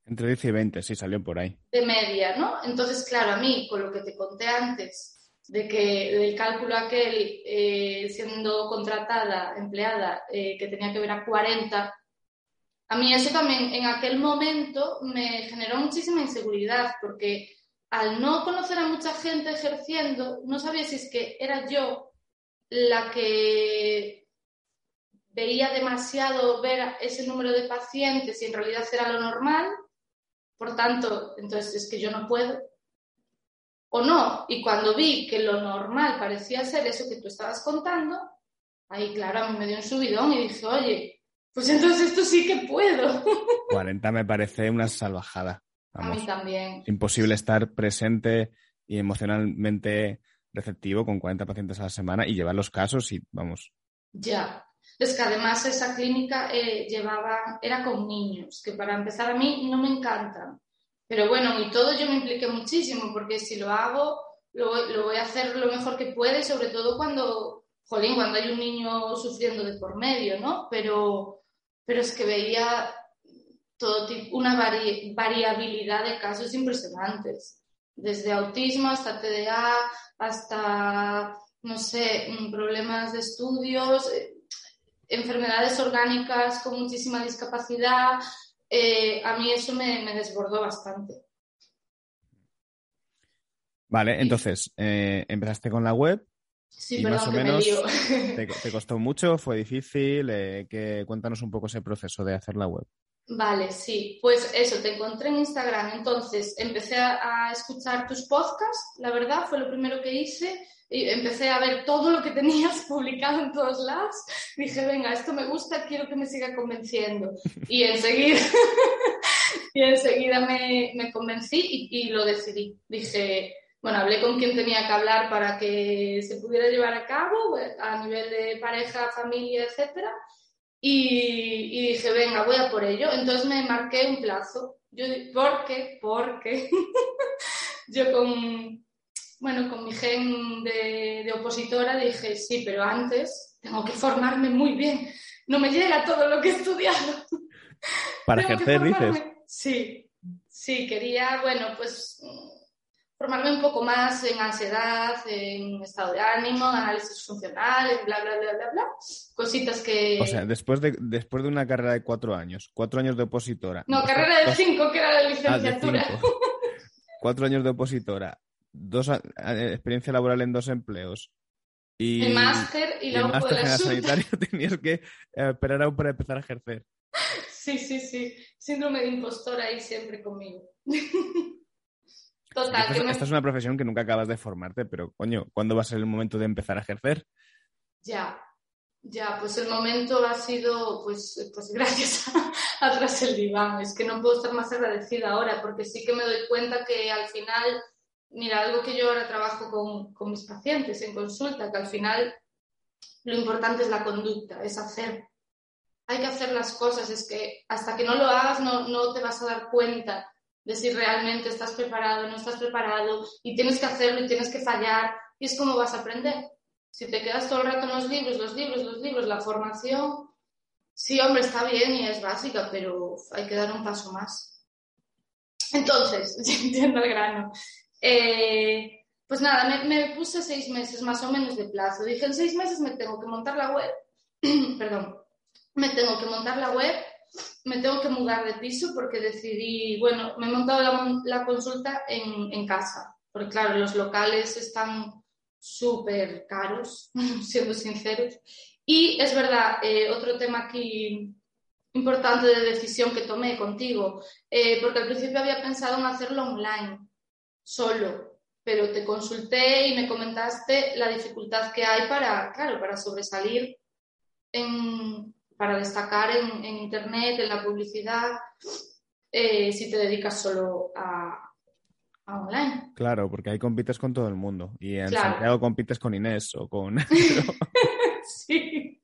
Entre diez y veinte, sí, salió por ahí. De media, ¿no? Entonces, claro, a mí, con lo que te conté antes, de que del cálculo aquel, eh, siendo contratada, empleada, eh, que tenía que ver a cuarenta, a mí eso también en aquel momento me generó muchísima inseguridad, porque al no conocer a mucha gente ejerciendo, no sabía si es que era yo la que veía demasiado ver ese número de pacientes y en realidad era lo normal. Por tanto, entonces es que yo no puedo. O no. Y cuando vi que lo normal parecía ser eso que tú estabas contando, ahí, claro, a mí me dio un subidón y dije, oye, pues entonces esto sí que puedo. cuarenta me parece una salvajada. Vamos, a mí también. es imposible estar presente y emocionalmente receptivo con cuarenta pacientes a la semana y llevar los casos y, vamos. Ya. Es que además esa clínica eh, llevaba, era con niños, que para empezar a mí no me encantan. Pero bueno, y todo yo me impliqué muchísimo, porque si lo hago, lo, lo voy a hacer lo mejor que puede, sobre todo cuando, jolín, cuando hay un niño sufriendo de por medio, ¿no? Pero, pero es que veía todo tipo, una vari, variabilidad de casos impresionantes. Desde autismo hasta T D A, hasta, no sé, problemas de estudios, enfermedades orgánicas con muchísima discapacidad. Eh, a mí eso me, me desbordó bastante. Vale, entonces, eh, empezaste con la web. Sí, y perdón, más o que menos, me lío. ¿te, te costó mucho? ¿Fue difícil? Eh, que, cuéntanos un poco ese proceso de hacer la web. Vale, sí, pues eso, te encontré en Instagram, entonces empecé a, a escuchar tus podcasts, la verdad, fue lo primero que hice, y empecé a ver todo lo que tenías publicado en todos lados, dije, venga, esto me gusta, quiero que me siga convenciendo, y enseguida, y enseguida me, me convencí y, y lo decidí, dije, bueno, hablé con quien tenía que hablar para que se pudiera llevar a cabo, a nivel de pareja, familia, etcétera. Y, y dije, venga, voy a por ello. Entonces me marqué un plazo. Yo, ¿por qué? Porque yo con, bueno, con mi gen de, de opositora dije, sí, pero antes tengo que formarme muy bien. No me llega todo lo que he estudiado. ¿Para Tengo que ejercer, dices? formarme. Sí, sí, quería, bueno, pues formarme un poco más en ansiedad, en estado de ánimo, análisis funcional, bla, bla, bla, bla, bla. Cositas que... O sea, después de, después de una carrera de cuatro años, cuatro años de opositora. No, dos, carrera de dos, cinco, que era la ah, de licenciatura. cinco. Cuatro años de opositora, dos a, a, experiencia laboral en dos empleos El y, máster y y el luego máster de la general Xunta. sanitario tenías que eh, esperar aún para empezar a ejercer. Sí, sí, sí. Síndrome de impostora ahí siempre conmigo. O sea, que Total, esta, que es, me... esta es una profesión que nunca acabas de formarte, pero coño, ¿cuándo va a ser el momento de empezar a ejercer? Ya, ya, pues el momento ha sido, pues, pues gracias a, a Tras el Diván. Es que no puedo estar más agradecida ahora, porque sí que me doy cuenta que al final, mira, algo que yo ahora trabajo con, con mis pacientes en consulta, que al final lo importante es la conducta, es hacer. Hay que hacer las cosas, es que hasta que no lo hagas no, no te vas a dar cuenta de si realmente estás preparado o no estás preparado, y tienes que hacerlo y tienes que fallar, y es como vas a aprender. Si te quedas todo el rato en los libros, los libros, los libros, la formación, sí, hombre, está bien y es básica, pero hay que dar un paso más. Entonces, yendo al grano, eh, pues nada, me, me puse seis meses más o menos de plazo. Dije, en seis meses me tengo que montar la web, perdón, me tengo que montar la web, me tengo que mudar de piso porque decidí, bueno, me he montado la, la consulta en, en casa, porque claro, los locales están súper caros, siendo sinceros. Y es verdad, eh, otro tema aquí importante de decisión que tomé contigo, eh, porque al principio había pensado en hacerlo online, solo, pero te consulté y me comentaste la dificultad que hay para, claro, para sobresalir, en, para destacar en, en Internet, en la publicidad, eh, si te dedicas solo a, a online. Claro, porque ahí compites con todo el mundo. Y en Claro. Santiago compites con Inés o con... Sí.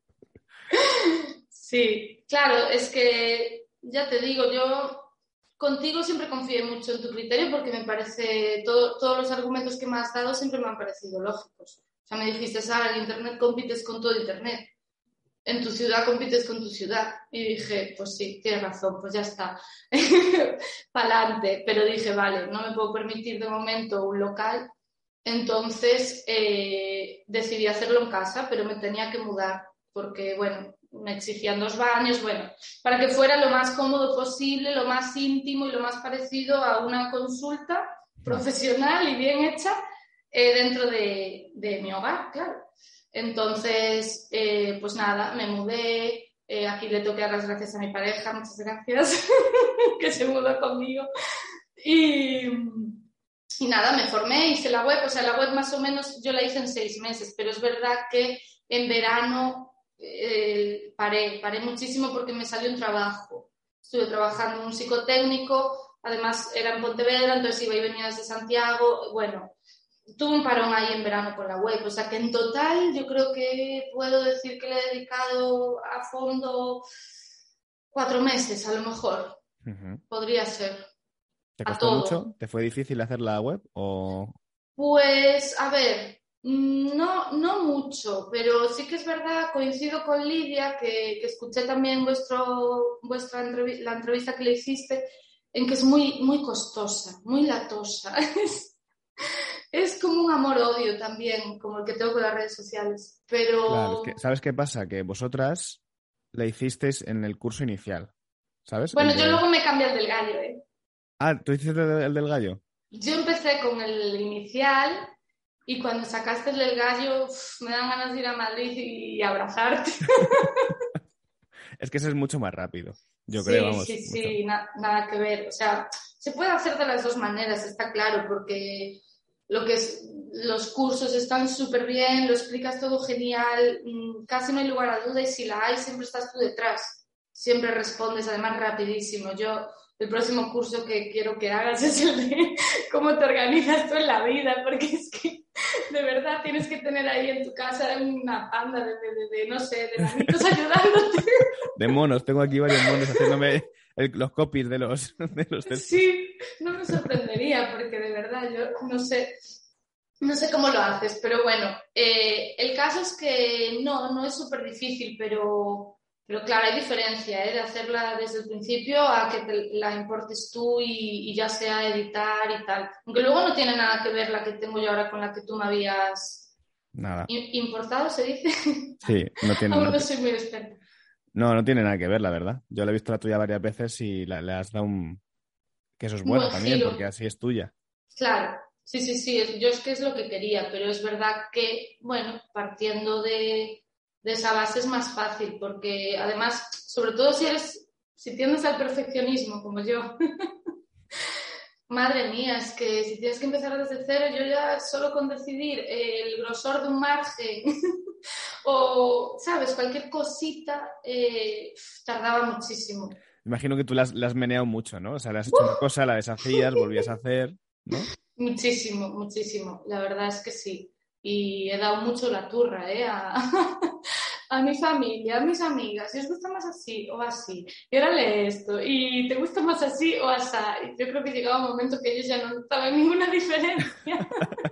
Sí, claro, es que ya te digo, yo contigo siempre confié mucho en tu criterio porque me parece, todo, todos los argumentos que me has dado siempre me han parecido lógicos. O sea, me dijiste, Sara, en Internet compites con todo Internet. en tu ciudad compites con tu ciudad. Y dije, pues sí, tienes razón, pues ya está, pa'lante. Pero dije, vale, no me puedo permitir de momento un local, entonces eh, decidí hacerlo en casa, pero me tenía que mudar, porque, bueno, me exigían dos baños, bueno, para que fuera lo más cómodo posible, lo más íntimo y lo más parecido a una consulta profesional y bien hecha eh, dentro de, de mi hogar, claro. Entonces, eh, pues nada, me mudé, eh, aquí le tengo que dar las gracias a mi pareja, muchas gracias, que se mudó conmigo. Y, y nada, me formé, hice la web, o sea, la web más o menos yo la hice en seis meses, pero es verdad que en verano eh, paré, paré muchísimo porque me salió un trabajo. Estuve trabajando en un psicotécnico, además era en Pontevedra, entonces iba y venía desde Santiago, bueno... Tuve un parón ahí en verano con la web, o sea que en total yo creo que puedo decir que le he dedicado a fondo cuatro meses, a lo mejor. Uh-huh. Podría ser. ¿Te costó mucho? ¿Te fue difícil hacer la web? O... Pues, a ver, no, no mucho, pero sí que es verdad, coincido con Lidia, que, que escuché también vuestro, vuestra entrev- la entrevista que le hiciste, en que es muy, muy costosa, muy latosa. Es como un amor-odio también, como el que tengo con las redes sociales, pero... Claro, es que, ¿sabes qué pasa? Que vosotras la hicisteis en el curso inicial, ¿sabes? Bueno, de... yo luego me cambié al del gallo, ¿eh? Ah, ¿tú hiciste el, el del gallo? Yo empecé con el inicial y cuando sacaste el del gallo, uf, me dan ganas de ir a Madrid y abrazarte. Es que ese es mucho más rápido, yo sí, creo, vamos. Sí, sí, sí, na- nada que ver. O sea, se puede hacer de las dos maneras, está claro, porque... Lo que es, los cursos están súper bien, lo explicas todo genial, casi no hay lugar a duda y si la hay siempre estás tú detrás, siempre respondes, además rapidísimo. Yo, el próximo curso que quiero que hagas es el de cómo te organizas tú en la vida, porque es que de verdad tienes que tener ahí en tu casa una panda de, de, de, de no sé, de nanitos ayudándote. De monos, tengo aquí varios monos haciéndome... El, los copies de los, de los textos. Sí, no me sorprendería porque de verdad yo no sé, no sé cómo lo haces, pero bueno, eh, el caso es que no, no es súper difícil, pero, pero claro, hay diferencia ¿eh? De hacerla desde el principio a que te la importes tú y, y ya sea editar y tal. Aunque luego no tiene nada que ver la que tengo yo ahora con la que tú me habías nada. importado, ¿se dice? Sí, no tiene Aún no no t- soy muy experta. No, no tiene nada que ver, la verdad. Yo la he visto la tuya varias veces y la, le has dado un... Que eso es bueno también, giro. porque así es tuya. Claro, sí, sí, sí, es, yo es que es lo que quería, pero es verdad que, bueno, partiendo de, de esa base es más fácil, porque además, sobre todo si eres, si tiendes al perfeccionismo, como yo, madre mía, es que si tienes que empezar desde cero, yo ya solo con decidir el grosor de un margen o, ¿sabes? Cualquier cosita, eh, tardaba muchísimo. Imagino que tú la has, la has meneado mucho, ¿no? O sea, le has hecho una cosa, la deshacías, volvías a hacer, ¿no? Muchísimo, muchísimo. La verdad es que sí. Y he dado mucho la turra, ¿eh? A, a mi familia, a mis amigas. Si os gusta más así o así. Y ahora lee esto. Y te gusta más así o así. Yo creo que llegaba un momento que ellos ya no notaban ninguna diferencia.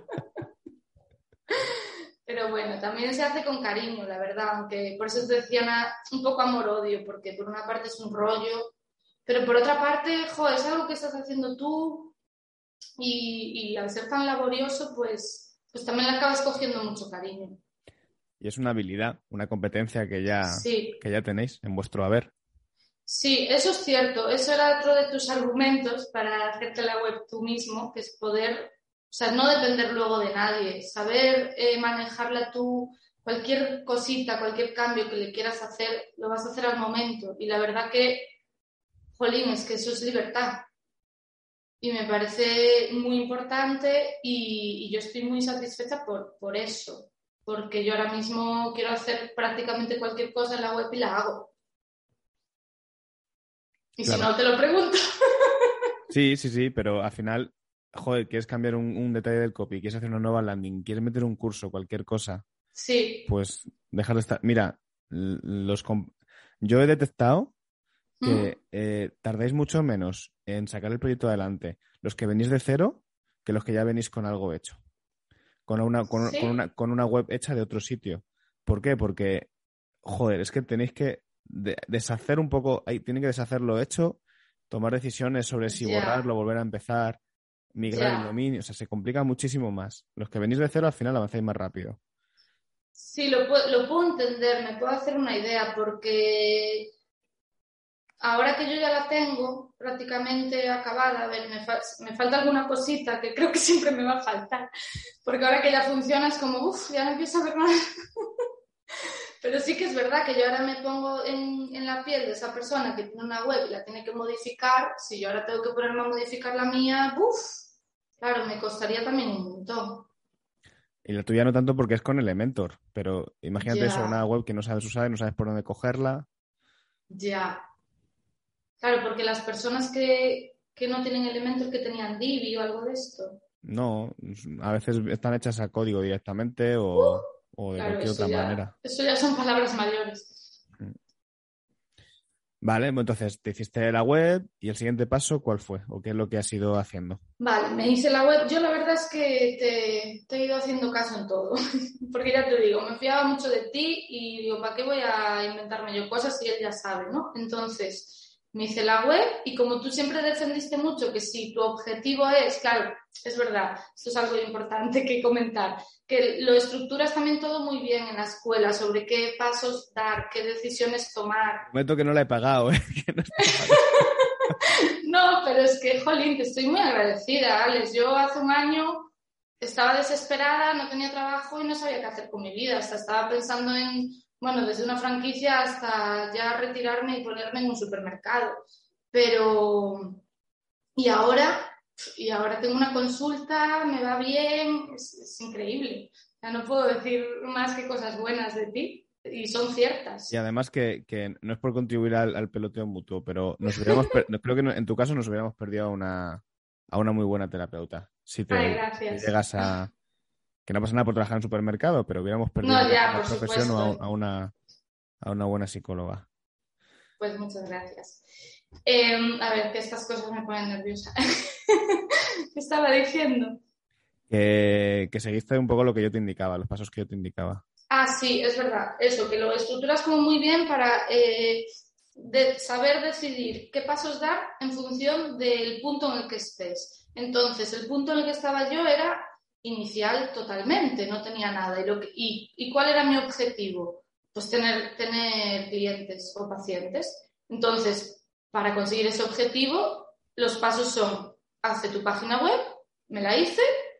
Pero bueno, también se hace con cariño, la verdad. Aunque por eso te decía una, un poco amor-odio. Porque por una parte es un rollo. Pero por otra parte, jo, es algo que estás haciendo tú. Y, y al ser tan laborioso, pues, pues también le acabas cogiendo mucho cariño. Y es una habilidad, una competencia que ya, sí. que ya tenéis en vuestro haber. Sí, eso es cierto. Eso era otro de tus argumentos para hacerte la web tú mismo, que es poder, o sea, no depender luego de nadie, saber eh, manejarla tú, cualquier cosita, cualquier cambio que le quieras hacer, lo vas a hacer al momento. Y la verdad que, jolín, es que eso es libertad. Y me parece muy importante y, y yo estoy muy satisfecha por, por eso, porque yo ahora mismo quiero hacer prácticamente cualquier cosa en la web y la hago. Y claro. Si no, te lo pregunto. Sí, sí, sí, pero al final, joder, quieres cambiar un, un detalle del copy, quieres hacer una nueva landing, quieres meter un curso, cualquier cosa. Sí. Pues dejar de estar... Mira, los comp... yo he detectado que ¿Mm? eh, tardáis mucho menos en sacar el proyecto adelante los que venís de cero que los que ya venís con algo hecho. Con una, con, ¿Sí? con una, con una web hecha de otro sitio. ¿Por qué? Porque joder, es que tenéis que de- deshacer un poco, ahí tienen que deshacer lo hecho, tomar decisiones sobre si Ya, borrarlo, volver a empezar, migrar el ya. dominio, o sea, se complica muchísimo más. Los que venís de cero al final avanzáis más rápido. Sí, lo puedo, lo puedo entender, me puedo hacer una idea, porque ahora que yo ya la tengo prácticamente acabada, a ver, me, fa- me falta alguna cosita que creo que siempre me va a faltar, porque ahora que ya funciona es como, uff, ya no empiezo a ver nada. Pero sí que es verdad que yo ahora me pongo en, en la piel de esa persona que tiene una web y la tiene que modificar. Si yo ahora tengo que ponerme a modificar la mía, uff, claro, me costaría también un montón. Y la tuya no tanto porque es con Elementor, pero imagínate eso, una Ya, web que no sabes usar, no sabes por dónde cogerla. ya. Claro, porque las personas que, que no tienen elementos que tenían Divi o algo de esto, No, a veces están hechas a código directamente o, o de claro, cualquier eso otra ya, manera. eso ya son palabras mayores. Vale, pues entonces te hiciste la web y el siguiente paso, ¿cuál fue? ¿O qué es lo que has ido haciendo? Vale, me hice la web. Yo la verdad es que te, te he ido haciendo caso en todo, porque ya te digo, me fiaba mucho de ti y digo, ¿para qué voy a inventarme yo cosas si él ya sabe, ¿no? Entonces, me hice la web y como tú siempre defendiste mucho que si tu objetivo es, claro, es verdad, esto es algo importante que comentar, que lo estructuras también todo muy bien en la escuela sobre qué pasos dar, qué decisiones tomar. Prometo que no la he pagado, ¿eh? Que no está mal. No, pero es que, jolín, te estoy muy agradecida, Alex. Yo hace un año estaba desesperada, no tenía trabajo y no sabía qué hacer con mi vida. Hasta estaba pensando en, bueno, desde una franquicia hasta ya retirarme y ponerme en un supermercado. Pero, y ahora, y ahora tengo una consulta, me va bien, es, es increíble. Ya no puedo decir más que cosas buenas de ti y son Y ciertas. además que, que no es por contribuir al, al peloteo mutuo, pero nos hubiéramos per- no, creo que no- en tu caso nos hubiéramos perdido a una, a una muy buena terapeuta. Si Ay, te, te gracias. llegas a... Que no pasa nada por trabajar en un supermercado, pero hubiéramos perdido No, a ya, una por profesión o supuesto. a, a una, a una buena psicóloga. Pues muchas gracias. Eh, a ver, que estas cosas me ponen nerviosa. ¿Qué estaba diciendo? Que, que seguiste un poco lo que yo te indicaba, los pasos que yo te indicaba. Ah, sí, es verdad. Eso, que lo estructuras como muy bien para eh, de saber decidir qué pasos dar en función del punto en el que estés. Entonces, el punto en el que estaba yo era inicial totalmente, no tenía nada. ¿Y, lo que, y, ¿y cuál era mi objetivo? Pues tener, tener clientes o pacientes. Entonces, para conseguir ese objetivo, los pasos son, hazte tu página web, me la hice,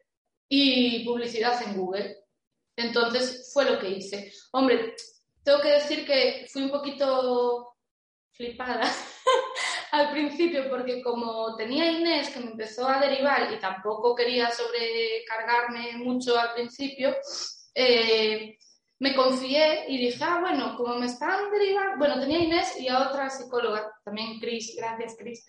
y publicidad en Google. Entonces fue lo que hice. Hombre, tengo que decir que fui un poquito flipada al principio porque como tenía Inés que me empezó a derivar y tampoco quería sobrecargarme mucho al principio, eh, me confié y dije, ah, bueno, como me están derivando, bueno, tenía Inés y a otra psicóloga, también Cris, gracias Cris,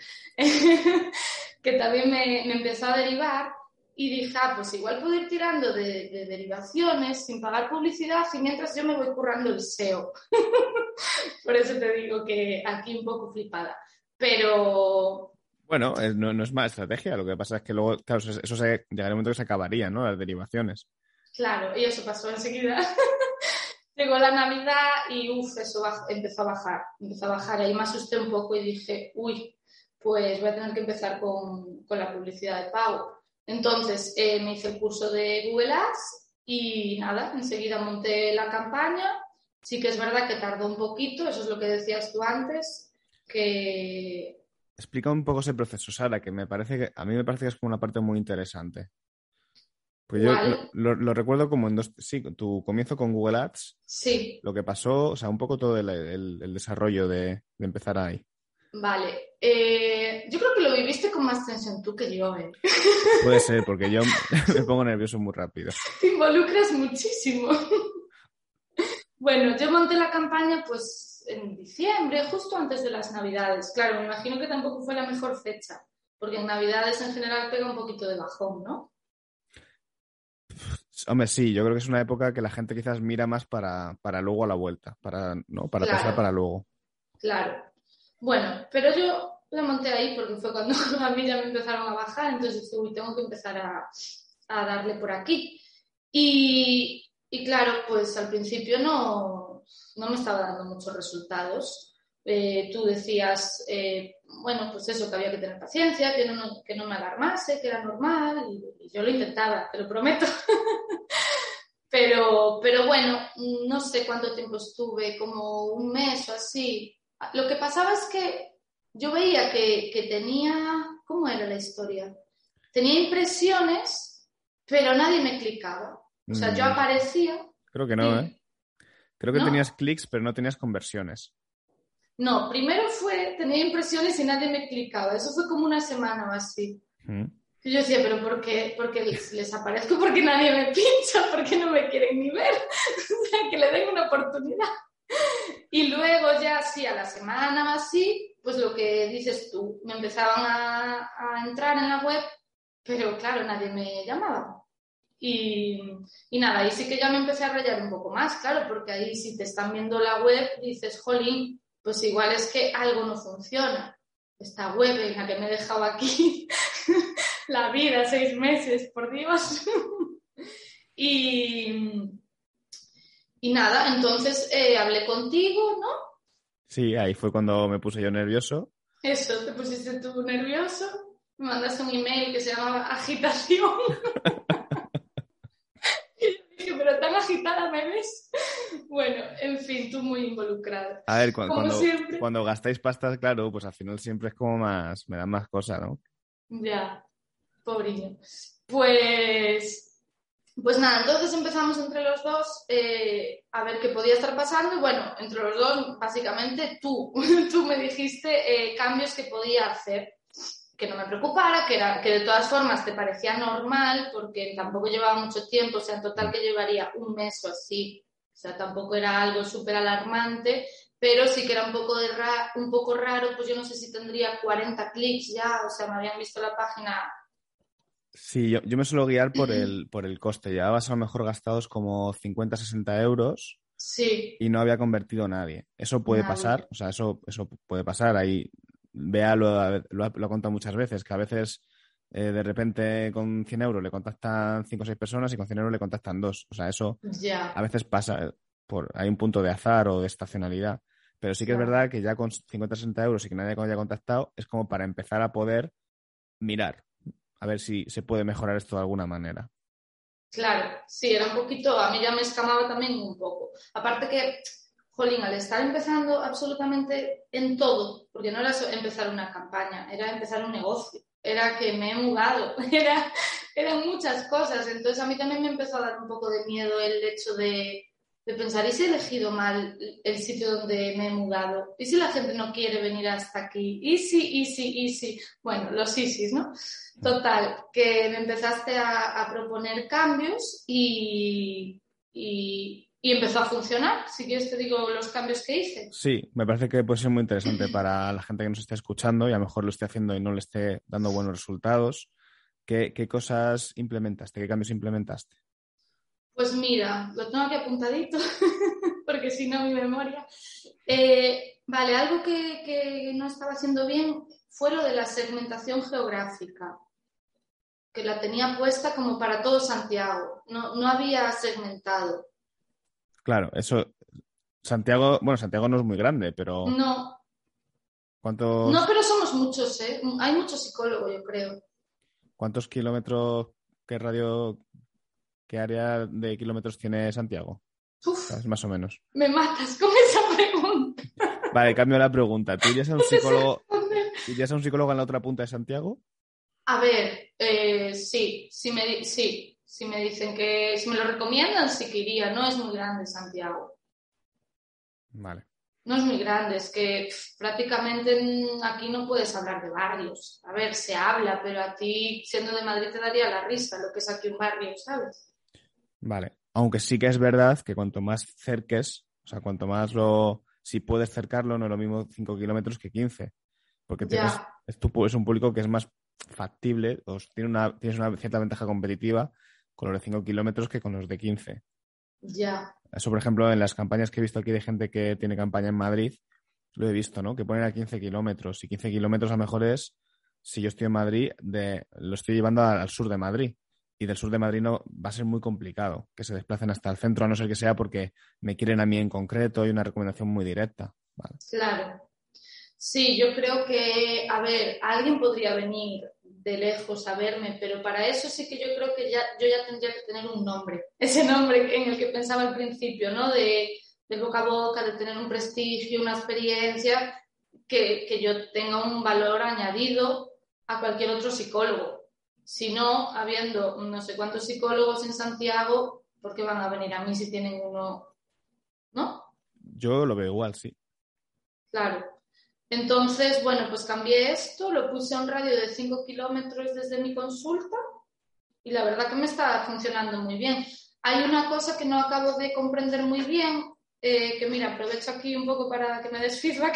que también me, me empezó a derivar y dije, ah, pues igual puedo ir tirando de, de derivaciones sin pagar publicidad y mientras yo me voy currando el S E O. Por eso te digo que aquí un poco flipada. Pero Bueno, eh, no, no es mala estrategia, lo que pasa es que luego, claro, eso, eso se, llegará un momento que se acabaría, ¿no? Las derivaciones. claro, y eso pasó enseguida. Llegó la Navidad y uff, eso baj- empezó a bajar, empezó a bajar. Ahí me asusté un poco y dije, uy, pues voy a tener que empezar con, con la publicidad de pago. Entonces eh, me hice el curso de Google Ads y nada, enseguida monté la campaña. Sí que es verdad que tardó un poquito, eso es lo que decías tú antes, que Explica un poco ese proceso, Sara, que me parece que, a mí me parece que es como una parte muy interesante. Pues yo lo, igual, lo- lo recuerdo como en dos, sí, tu comienzo con Google Ads, sí. lo que pasó, o sea, un poco todo el, el- el desarrollo de, de empezar ahí. Vale, eh, yo creo que lo viviste con más tensión tú que yo, ¿eh? Puede ser, porque yo me pongo nervioso muy rápido. Te involucras muchísimo. Bueno, yo monté la campaña pues en diciembre, justo antes de las Navidades. Claro, me imagino que tampoco fue la mejor fecha, porque en Navidades en general pega un poquito de bajón, ¿no? Hombre, sí, yo creo que es una época que la gente quizás mira más para, para luego a la vuelta, para, ¿no? Para atrasar Claro, para luego. claro. Bueno, pero yo la monté ahí porque fue cuando a mí ya me empezaron a bajar, entonces dije, uy, tengo que empezar a, a darle por aquí. Y, y claro, pues al principio no, no me estaba dando muchos resultados. Eh, tú decías, eh, bueno, pues eso, que había que tener paciencia, que no, que no me alarmase, que era normal, y, y yo lo intentaba, te lo prometo. pero, pero bueno, no sé cuánto tiempo estuve, como un mes o así. Lo que pasaba es que yo veía que, que tenía, ¿cómo era la historia? Tenía impresiones, pero nadie me clicaba. O sea, yo aparecía... Creo que no, y, ¿eh? Creo que ¿no? tenías clics, pero no tenías conversiones. No, primero fue, tenía impresiones y nadie me clicaba. Eso fue como una semana o así. Mm. Y yo decía, pero ¿por qué? Porque les, les aparezco, porque nadie me pincha, porque no me quieren ni ver. O sea, que le den una oportunidad. Y luego ya así, a la semana o así, pues lo que dices tú, me empezaban a, a entrar en la web, pero claro, nadie me llamaba. Y, y nada, ahí sí que ya me empecé a rayar un poco más, claro, porque ahí si te están viendo la web, dices, jolín, pues igual es que algo no funciona. Esta web en la que me he dejado aquí la vida, seis meses, por Dios. y, y nada, entonces eh, hablé contigo, ¿no? Sí, ahí fue cuando me puse yo nervioso. Eso, te pusiste tú nervioso, me mandaste un email que se llamaba agitación. Y yo dije, pero tan agitada me ves. Bueno, en fin, tú muy involucrada. A ver, cu- Como cuando, siempre. cuando gastáis pastas, claro, pues al final siempre es como más, me da más cosa, ¿no? Ya, pobrillo. Pues, pues nada, entonces empezamos entre los dos eh, a ver qué podía estar pasando y bueno, entre los dos, básicamente tú, tú me dijiste eh, cambios que podía hacer, que no me preocupara, que, era, que de todas formas te parecía normal porque tampoco llevaba mucho tiempo, o sea, en total que llevaría un mes o así, o sea, tampoco era algo súper alarmante, pero sí que era un poco, de ra- un poco raro, pues yo no sé si tendría cuarenta clics ya, o sea, me habían visto la página. Sí, yo, yo me suelo guiar por el, por el coste. Llevabas a lo mejor gastados como cincuenta, sesenta euros Sí, y no había convertido nadie. Eso puede nadie. pasar, o sea, eso, eso puede pasar. Ahí Bea lo, ha- lo, ha, lo ha contado muchas veces, que a veces eh, de repente con cien euros le contactan cinco o seis personas y con cien euros le contactan dos. O sea, eso a Ya, veces pasa, eh, por, hay un punto de azar o de estacionalidad. Pero sí que es claro, verdad que ya con cincuenta, sesenta euros y que nadie haya contactado, es como para empezar a poder mirar, a ver si se puede mejorar esto de alguna manera. claro, sí, era un poquito, a mí ya me escamaba también un poco. Aparte que, jolín, al estar empezando absolutamente en todo, porque no era so- empezar una campaña, era empezar un negocio, era que me he mudado, era, eran muchas cosas. Entonces a mí también me empezó a dar un poco de miedo el hecho de, de pensar, ¿y si he elegido mal el sitio donde me he mudado? ¿Y si la gente no quiere venir hasta aquí? ¿Y si, y si, y si? Bueno, los isis, ¿no? Total, que me empezaste a, a proponer cambios y, y, y empezó a funcionar. Si quieres te digo los cambios que hice. Sí, me parece que puede ser muy interesante para la gente que nos esté escuchando y a lo mejor lo esté haciendo y no le esté dando buenos resultados. ¿Qué, qué cosas implementaste? ¿Qué cambios implementaste? Pues mira, lo tengo aquí apuntadito, porque si no mi memoria. Eh, vale, algo que, que no estaba haciendo bien fue lo de la segmentación geográfica, que la tenía puesta como para todo Santiago. No, no había segmentado. Claro, eso, Santiago, bueno, Santiago no es muy grande, pero No, no, ¿cuántos, pero somos muchos, ¿eh? Hay muchos psicólogos, yo creo. cuántos kilómetros, qué radio, qué área de kilómetros tiene Santiago? Uf, ¿Sabes? Más o menos. me matas con esa pregunta. Vale, cambio la pregunta. ¿Tú irías a un No te sé psicólogo, responder. irías a un psicólogo en la otra punta de Santiago? A ver, eh, sí, si me, di- sí, si me dicen que, si me lo recomiendan, sí que iría. No es muy grande Santiago. Vale. No es muy grande, es que pff, prácticamente mm, aquí no puedes hablar de barrios. A ver, se habla, pero a ti, siendo de Madrid, te daría la risa lo que es aquí un barrio, ¿sabes? Vale. Aunque sí que es verdad que cuanto más cerques, o sea, cuanto más lo... Si puedes cercarlo, no es lo mismo cinco kilómetros que quince. Porque tienes... Ya, Es, tu, pu- es un público que es más factible, o tiene una, tienes una cierta ventaja competitiva con los de cinco kilómetros que con los de quince. ya, Eso, por ejemplo, en las campañas que he visto aquí de gente que tiene campaña en Madrid, lo he visto, ¿no? Que ponen a quince kilómetros. Y quince kilómetros a lo mejor es, si yo estoy en Madrid, de, lo estoy llevando al, al sur de Madrid. y del sur de Madrid no, va a ser muy complicado que se desplacen hasta el centro, a no ser que sea porque me quieren a mí en concreto y una recomendación muy directa. Vale. Claro. Sí, yo creo que, a ver, alguien podría venir de lejos a verme, pero para eso sí que yo creo que ya, yo ya tendría que tener un nombre. Ese nombre en el que pensaba al principio, ¿no? De, de boca a boca, de tener un prestigio, una experiencia, que, que yo tenga un valor añadido a cualquier otro psicólogo. Si no, habiendo no sé cuántos psicólogos en Santiago, ¿por qué van a venir a mí si tienen uno? ¿No? Yo lo veo igual, sí. Claro. Entonces, bueno, pues cambié esto, lo puse a un radio de cinco kilómetros desde mi consulta y la verdad que me está funcionando muy bien. Hay una cosa que no acabo de comprender muy bien, eh, que mira, aprovecho aquí un poco para que me des feedback,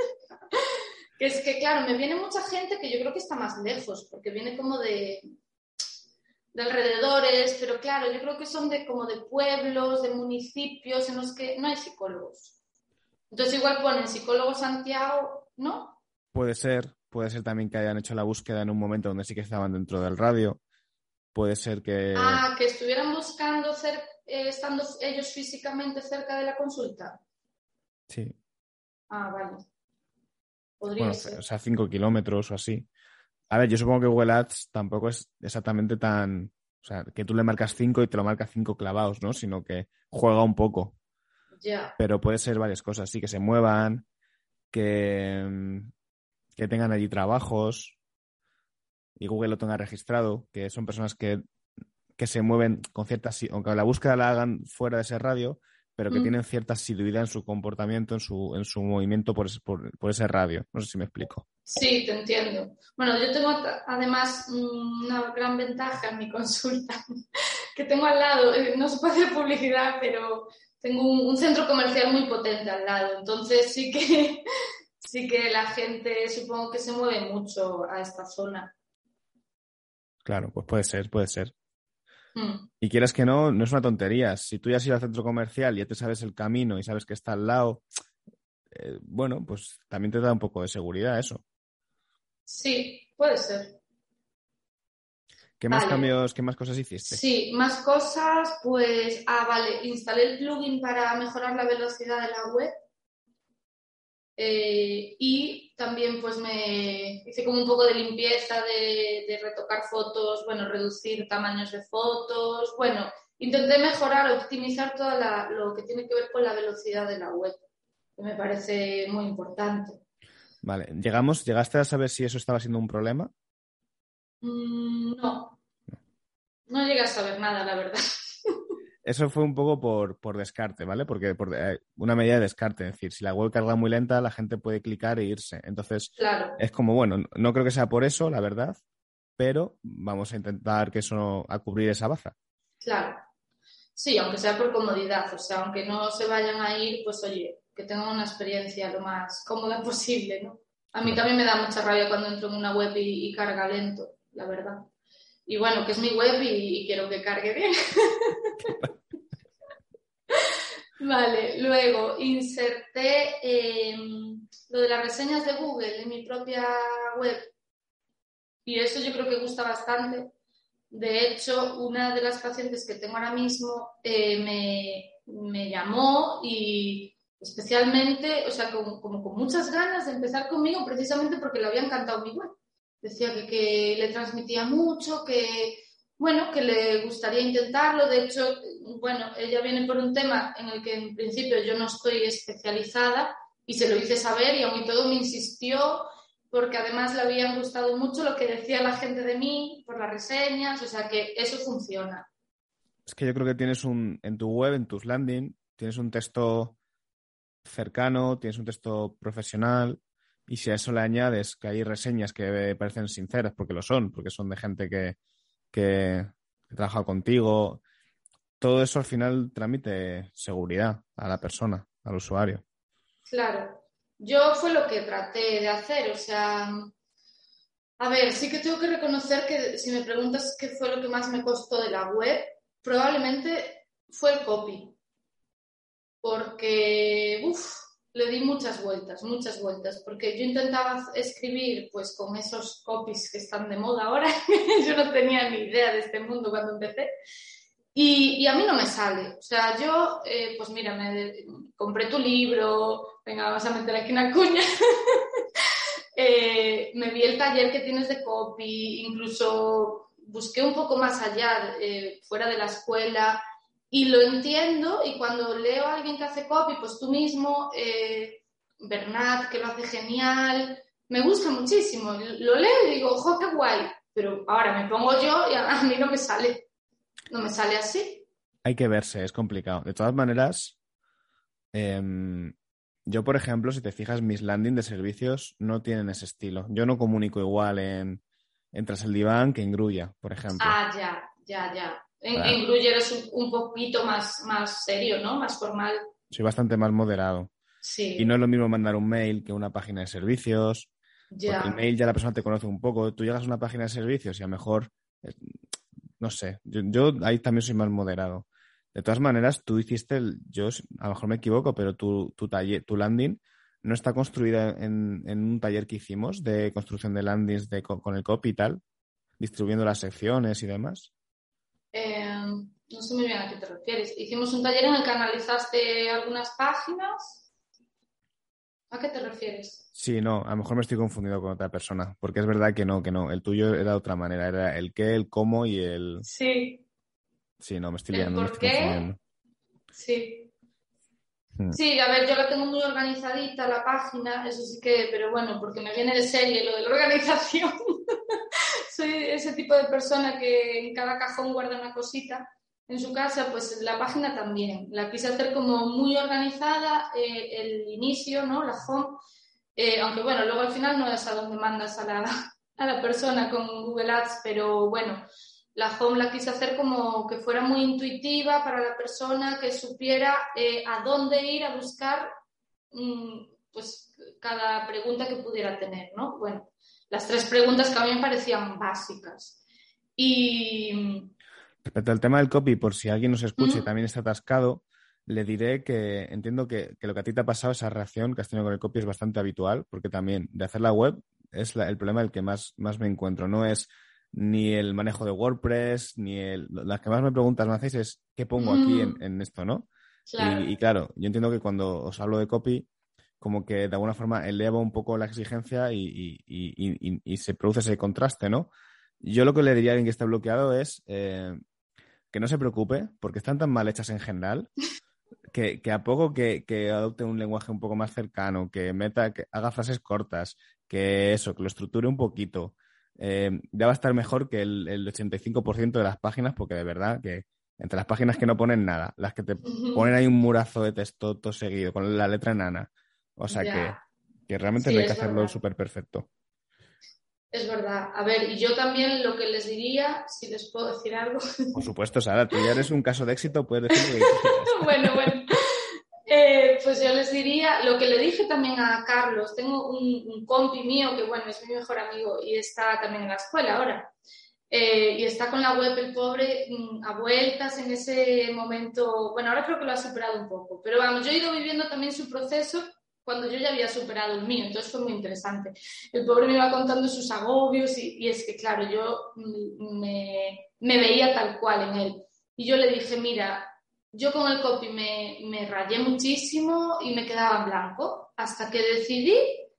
que es que, claro, me viene mucha gente que yo creo que está más lejos, porque viene como de, de alrededores, pero claro, yo creo que son de como de pueblos, de municipios en los que no hay psicólogos. Entonces igual ponen psicólogo Santiago, ¿no? Puede ser, puede ser también que hayan hecho la búsqueda en un momento donde sí que estaban dentro del radio. Puede ser que... Ah, que estuvieran buscando, cer eh, estando ellos físicamente cerca de la consulta. Sí. Ah, vale. Podría Bueno, ser. o sea, cinco kilómetros o así. A ver, yo supongo que Google Ads tampoco es exactamente tan... O sea, que tú le marcas cinco y te lo marca cinco clavados, ¿no? Sino que juega un poco. Ya. Pero puede ser varias cosas, sí, que se muevan, que, que tengan allí trabajos y Google lo tenga registrado, que son personas que, que se mueven con ciertas... Aunque la búsqueda la hagan fuera de ese radio, pero que Mm. tienen cierta asiduidad en su comportamiento, en su, en su movimiento por ese, por, por ese radio. No sé si me explico. Sí, te entiendo. Bueno, yo tengo además una gran ventaja en mi consulta, que tengo al lado, eh, no se puede hacer publicidad, pero tengo un, un centro comercial muy potente al lado, entonces sí que, sí que la gente supongo que se mueve mucho a esta zona. Claro, pues puede ser, puede ser. Mm. Y quieras que no, no es una tontería. Si tú ya has ido al centro comercial y ya te sabes el camino y sabes que está al lado, eh, bueno, pues también te da un poco de seguridad eso. Sí, puede ser. ¿Qué más Vale. cambios, qué más cosas hiciste? Sí, más cosas, pues, ah, vale, instalé el plugin para mejorar la velocidad de la web eh, y también pues me hice como un poco de limpieza de, de retocar fotos, bueno, reducir tamaños de fotos, bueno, intenté mejorar, optimizar todo lo que tiene que ver con la velocidad de la web, que me parece muy importante. Vale, llegamos, ¿llegaste a saber si eso estaba siendo un problema? Mm, no, no llegué a saber nada, la verdad. Eso fue un poco por, por descarte, ¿vale? Porque por eh, una medida de descarte, es decir, si la web carga muy lenta, la gente puede clicar e irse. Entonces, Claro, es como, bueno, no, no creo que sea por eso, la verdad, pero vamos a intentar que eso no, a cubrir esa baza. claro. Sí, aunque sea por comodidad, o sea, aunque no se vayan a ir, pues oye, que tengan una experiencia lo más cómoda posible, ¿no? A mí Claro. también me da mucha rabia cuando entro en una web y, y carga lento, la verdad. Y bueno, que es mi web y, y quiero que cargue bien. Vale, luego inserté eh, lo de las reseñas de Google en mi propia web y eso yo creo que gusta bastante. De hecho, una de las pacientes que tengo ahora mismo eh, me, me llamó y especialmente, o sea, como, como con muchas ganas de empezar conmigo precisamente porque le había encantado mi web. Decía que, que le transmitía mucho, que, bueno, que le gustaría intentarlo. De hecho, bueno, ella viene por un tema en el que en principio yo no estoy especializada y se lo hice saber y aún y todo me insistió porque además le habían gustado mucho lo que decía la gente de mí por las reseñas, o sea que eso funciona. Es que yo creo que tienes un, en tu web, en tus landing, tienes un texto cercano, tienes un texto profesional y si a eso le añades que hay reseñas que parecen sinceras, porque lo son, porque son de gente que, que ha trabajado contigo, todo eso al final transmite seguridad a la persona, al usuario. Claro, yo fue lo que traté de hacer, o sea, a ver, sí que tengo que reconocer que si me preguntas qué fue lo que más me costó de la web, probablemente fue el copy, porque, uff, le di muchas vueltas, muchas vueltas, porque yo intentaba escribir pues con esos copies que están de moda ahora. Yo no tenía ni idea de este mundo cuando empecé. Y, y a mí no me sale. O sea, yo, eh, pues mira, me compré tu libro, venga, vamos a meter aquí una cuña. eh, me vi el taller que tienes de copy, incluso busqué un poco más allá, eh, fuera de la escuela, y lo entiendo, y cuando leo a alguien que hace copy, pues tú mismo, eh, Bernat, que lo hace genial, me gusta muchísimo. Lo leo y digo, ¡jo, qué guay! Pero ahora me pongo yo y a, a mí no me sale. No me sale así. Hay que verse, es complicado. De todas maneras, eh, yo, por ejemplo, si te fijas, mis landing de servicios no tienen ese estilo. Yo no comunico igual en, en Tras el Diván que en Grulla, por ejemplo. Ah, ya, ya, ya. En, Claro. en Grulla eres un, un poquito más, más serio, ¿no? Más formal. Soy bastante más moderado. Sí. Y no es lo mismo mandar un mail que una página de servicios, Ya. porque el mail ya la persona te conoce un poco. Tú llegas a una página de servicios y a lo mejor, eh, no sé, yo, yo ahí también soy más moderado. De todas maneras, tú hiciste, el, yo a lo mejor me equivoco, pero tu, tu, taller, tu landing no está construida en, en un taller que hicimos de construcción de landings de, con el copy y tal, distribuyendo las secciones y demás. Eh, no sé muy bien a qué te refieres. Hicimos un taller en el que analizaste algunas páginas. ¿A qué te refieres? Sí, no, a lo mejor me estoy confundiendo con otra persona, porque es verdad que no, que no. El tuyo era de otra manera, era el qué, el cómo y el... Sí. Sí, no, me estoy ¿El liando, me por estoy qué? confundiendo. Sí. Hmm. Sí, a ver, yo la tengo muy organizadita la página, eso sí que, pero bueno, porque me viene de serie lo de la organización. Soy ese tipo de persona que en cada cajón guarda una cosita. En su casa, pues la página también. La quise hacer como muy organizada, eh, el inicio, ¿no? La home. Eh, aunque bueno, luego al final no es a donde mandas a la, a la persona con Google Ads, pero bueno, la home la quise hacer como que fuera muy intuitiva para la persona, que supiera eh, a dónde ir a buscar mmm, pues cada pregunta que pudiera tener, ¿no? Bueno, las tres preguntas que a mí me parecían básicas. Y... Respecto al tema del copy, por si alguien nos escucha y ¿Mm? también está atascado, le diré que entiendo que, que lo que a ti te ha pasado, esa reacción que has tenido con el copy es bastante habitual, porque también de hacer la web es la, el problema del que más, más me encuentro. No es ni el manejo de WordPress, ni el... Las que más me preguntas me hacéis es ¿qué pongo aquí en, en esto, no? Claro. Y, y claro, yo entiendo que cuando os hablo de copy, como que de alguna forma eleva un poco la exigencia y, y, y, y, y se produce ese contraste, ¿no? Yo lo que le diría a alguien que está bloqueado es... Eh, que no se preocupe, porque están tan mal hechas en general, que, que a poco que, que adopte un lenguaje un poco más cercano, que meta, que haga frases cortas, que eso, que lo estructure un poquito, eh, ya va a estar mejor que el, el ochenta y cinco por ciento de las páginas, porque de verdad que entre las páginas que no ponen nada, las que te ponen ahí un murazo de texto todo seguido, con la letra enana, o sea que, Ya. que realmente Sí, no hay que es hacerlo verdad. súper perfecto. Es verdad. A ver, y yo también lo que les diría, si les puedo decir algo. Por supuesto, Sara, tú ya eres un caso de éxito, puedes decir lo que quieras. Bueno, bueno. Eh, pues yo les diría lo que le dije también a Carlos. Tengo un, un compi mío que, bueno, es mi mejor amigo y está también en la escuela ahora. Eh, y está con la web el pobre mmm, a vueltas en ese momento. Bueno, ahora creo que lo ha superado un poco. Pero vamos, yo he ido viviendo también su proceso cuando yo ya había superado el mío. Entonces fue muy interesante. El pobre me iba contando sus agobios y, y es que, claro, yo me, me veía tal cual en él. Y yo le dije, mira, yo con el copy me, me rayé muchísimo y me quedaba en blanco hasta que decidí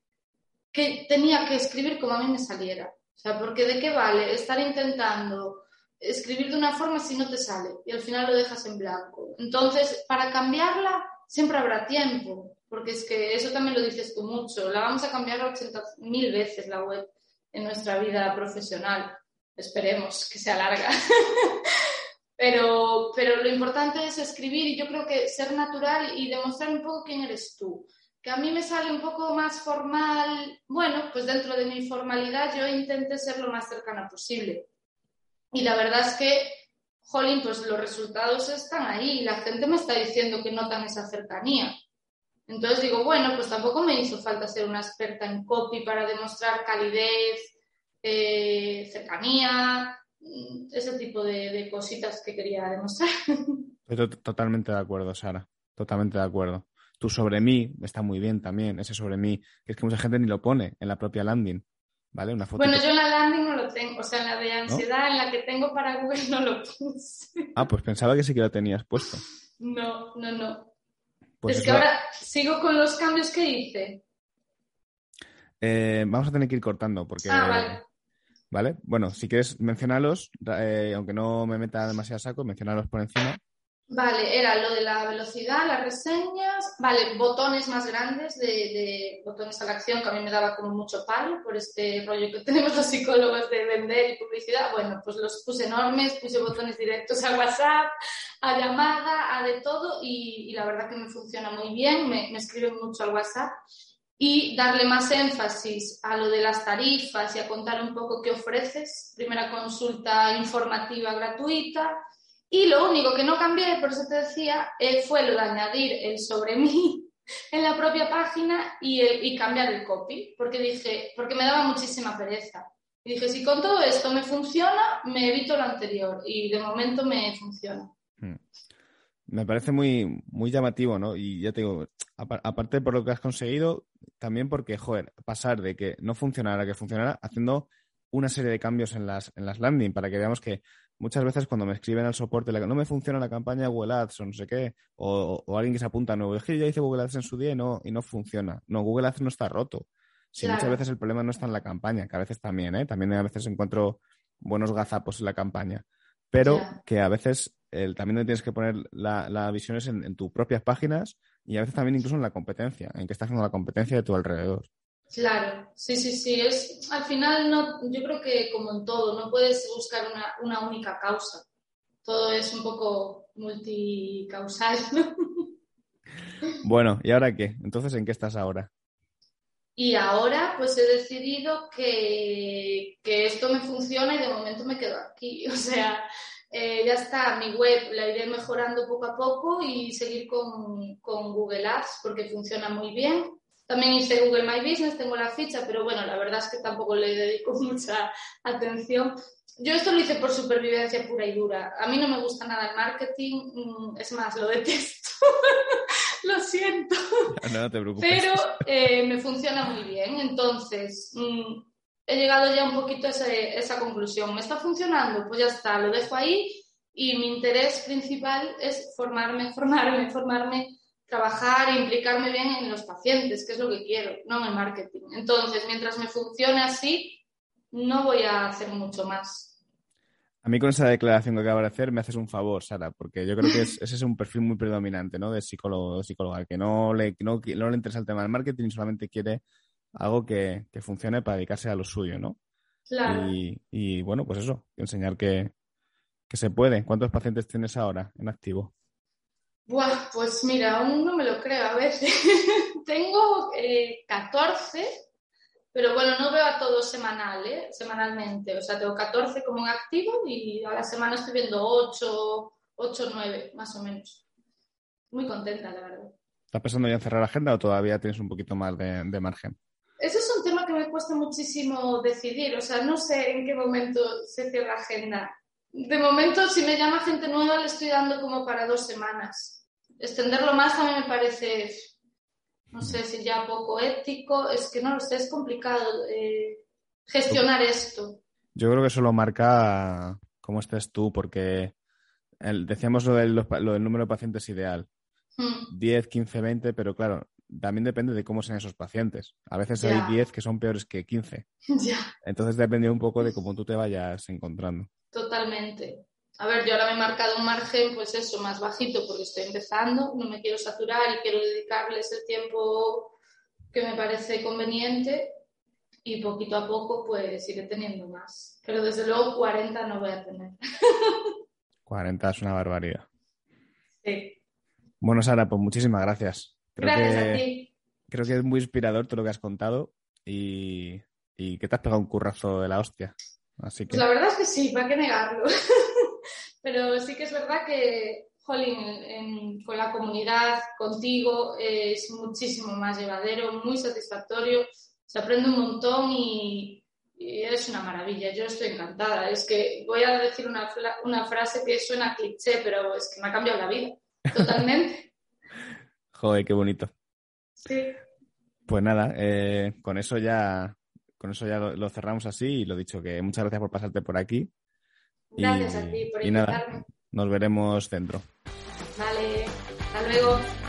que tenía que escribir como a mí me saliera. O sea, porque ¿de qué vale estar intentando escribir de una forma si no te sale y al final lo dejas en blanco? Entonces, para cambiarla siempre habrá tiempo, porque es que eso también lo dices tú mucho. La vamos a cambiar ochenta mil veces la web en nuestra vida profesional. Esperemos que sea larga. Pero, pero lo importante es escribir y yo creo que ser natural y demostrar un poco quién eres tú. Que a mí me sale un poco más formal, bueno, pues dentro de mi formalidad yo intenté ser lo más cercana posible. Y la verdad es que, jolín, pues los resultados están ahí y la gente me está diciendo que notan esa cercanía. Entonces digo, bueno, pues tampoco me hizo falta ser una experta en copy para demostrar calidez, eh, cercanía, ese tipo de, de cositas que quería demostrar. Estoy to- totalmente de acuerdo, Sara. Totalmente de acuerdo. tu sobre mí está muy bien también, ese sobre mí, que es que mucha gente ni lo pone en la propia landing, ¿vale? Una foto. Bueno, yo en la landing no lo tengo, o sea, en la de ansiedad, ¿no? en la que tengo para Google no lo puse. Ah, pues pensaba que sí que lo tenías puesto. No, no, no. Pues Es que eso, ahora sigo con los cambios que hice. eh, vamos a tener que ir cortando porque, Ah, vale. ¿vale? Bueno, si quieres mencionarlos, eh, aunque no me meta demasiado a saco, mencionarlos por encima. Vale, era lo de la velocidad, las reseñas, vale, botones más grandes de, de botones a la acción, que a mí me daba como mucho palo por este rollo que tenemos los psicólogos de vender y publicidad. Bueno, pues los puse enormes, puse botones directos a WhatsApp, a llamada, a de todo y, y la verdad que me funciona muy bien, me, me escriben mucho al WhatsApp. Y darle más énfasis a lo de las tarifas y a contar un poco qué ofreces. Primera consulta informativa gratuita. Y lo único que no cambié, por eso te decía, eh, fue lo de añadir el sobre mí en la propia página y, el, y cambiar el copy, porque dije, porque me daba muchísima pereza. Y dije, si con todo esto me funciona, me evito lo anterior. Y de momento me funciona. Hmm. Me parece muy, muy llamativo, ¿no? Y ya te digo, aparte por lo que has conseguido, también porque, joder, pasar de que no funcionara a que funcionara haciendo una serie de cambios en las, en las landing para que veamos que muchas veces cuando me escriben al soporte no me funciona la campaña de Google Ads o no sé qué, o, o alguien que se apunta nuevo, es que yo ya hice Google Ads en su día y no, y no funciona. No, Google Ads no está roto. Si Claro. muchas veces el problema no está en la campaña, que a veces también, ¿eh? También a veces encuentro buenos gazapos en la campaña, pero Ya. que a veces el, también tienes que poner la, la visión es en, en tus propias páginas y a veces también incluso en la competencia, en que estás haciendo la competencia de tu alrededor. Claro, sí, sí, sí. Es, al final, no, yo creo que como en todo, no puedes buscar una, una única causa. Todo es un poco multicausal, ¿no? Bueno, ¿y ahora qué? Entonces, ¿en qué estás ahora? Y ahora, pues he decidido que, que esto me funciona y de momento me quedo aquí. O sea, eh, ya está, mi web la iré mejorando poco a poco y seguir con, con Google Ads porque funciona muy bien. También hice Google My Business, tengo la ficha, pero bueno, la verdad es que tampoco le dedico mucha atención. Yo esto lo hice por supervivencia pura y dura. A mí no me gusta nada el marketing, es más, lo detesto. Lo siento. No, no te preocupes. Pero eh, me funciona muy bien. Entonces, mmm, he llegado ya un poquito a ese, esa conclusión. ¿Me está funcionando? Pues ya está, lo dejo ahí. Y mi interés principal es formarme, formarme, formarme, trabajar e implicarme bien en los pacientes, que es lo que quiero, no en el marketing. Entonces, mientras me funcione así, no voy a hacer mucho más. A mí con esa declaración que acabas de hacer me haces un favor, Sara, porque yo creo que es, ese es un perfil muy predominante, ¿no? De psicólogo o psicóloga, que no le, no, no le interesa el tema del marketing, solamente quiere algo que, que funcione para dedicarse a lo suyo, ¿no? Claro. Y, y bueno, pues eso, enseñar que, que se puede. ¿Cuántos pacientes tienes ahora en activo? Buah, pues mira, aún no me lo creo. A ver, tengo eh, catorce, pero bueno, no veo a todos semanal, ¿eh? Semanalmente. O sea, tengo catorce como en activo y a la semana estoy viendo ocho, ocho, nueve, más o menos. Muy contenta, la verdad. ¿Estás pensando ya en cerrar agenda o todavía tienes un poquito más de, de margen? Ese es un tema que me cuesta muchísimo decidir. O sea, no sé en qué momento se cierra agenda. De momento, si me llama gente nueva, le estoy dando como para dos semanas. Extenderlo más también me parece, no sé si ya poco ético. Es que no lo sé, es complicado eh, gestionar esto. Yo creo que eso lo marca cómo estés tú, porque el, decíamos lo del, lo del número de pacientes ideal. Hmm. diez, quince, veinte, pero claro, también depende de cómo sean esos pacientes. A veces Ya. hay diez que son peores que quince. Ya. Entonces depende un poco de cómo tú te vayas encontrando. Totalmente. A ver, yo ahora me he marcado un margen, pues eso, más bajito, porque estoy empezando, no me quiero saturar y quiero dedicarles el tiempo que me parece conveniente y poquito a poco, pues iré teniendo más. Pero desde luego cuarenta no voy a tener. cuarenta es una barbaridad. Sí. Bueno, Sara, pues muchísimas gracias. Creo Gracias a que, ti. creo que es muy inspirador todo lo que has contado y, y que te has pegado un currazo de la hostia. Así que... Pues la verdad es que sí, ¿para qué negarlo? Pero sí que es verdad que, jolín, en, con la comunidad, contigo, eh, es muchísimo más llevadero, muy satisfactorio, se aprende un montón y, y es una maravilla. Yo estoy encantada. Es que voy a decir una, una frase que suena cliché, pero es que me ha cambiado la vida, totalmente. Joder, qué bonito. Sí. Pues nada, eh, con eso ya, con eso ya lo, lo cerramos así y lo dicho, que muchas gracias por pasarte por aquí. Gracias Y, a ti por y nada, invitarme. nos veremos dentro. Vale, hasta luego.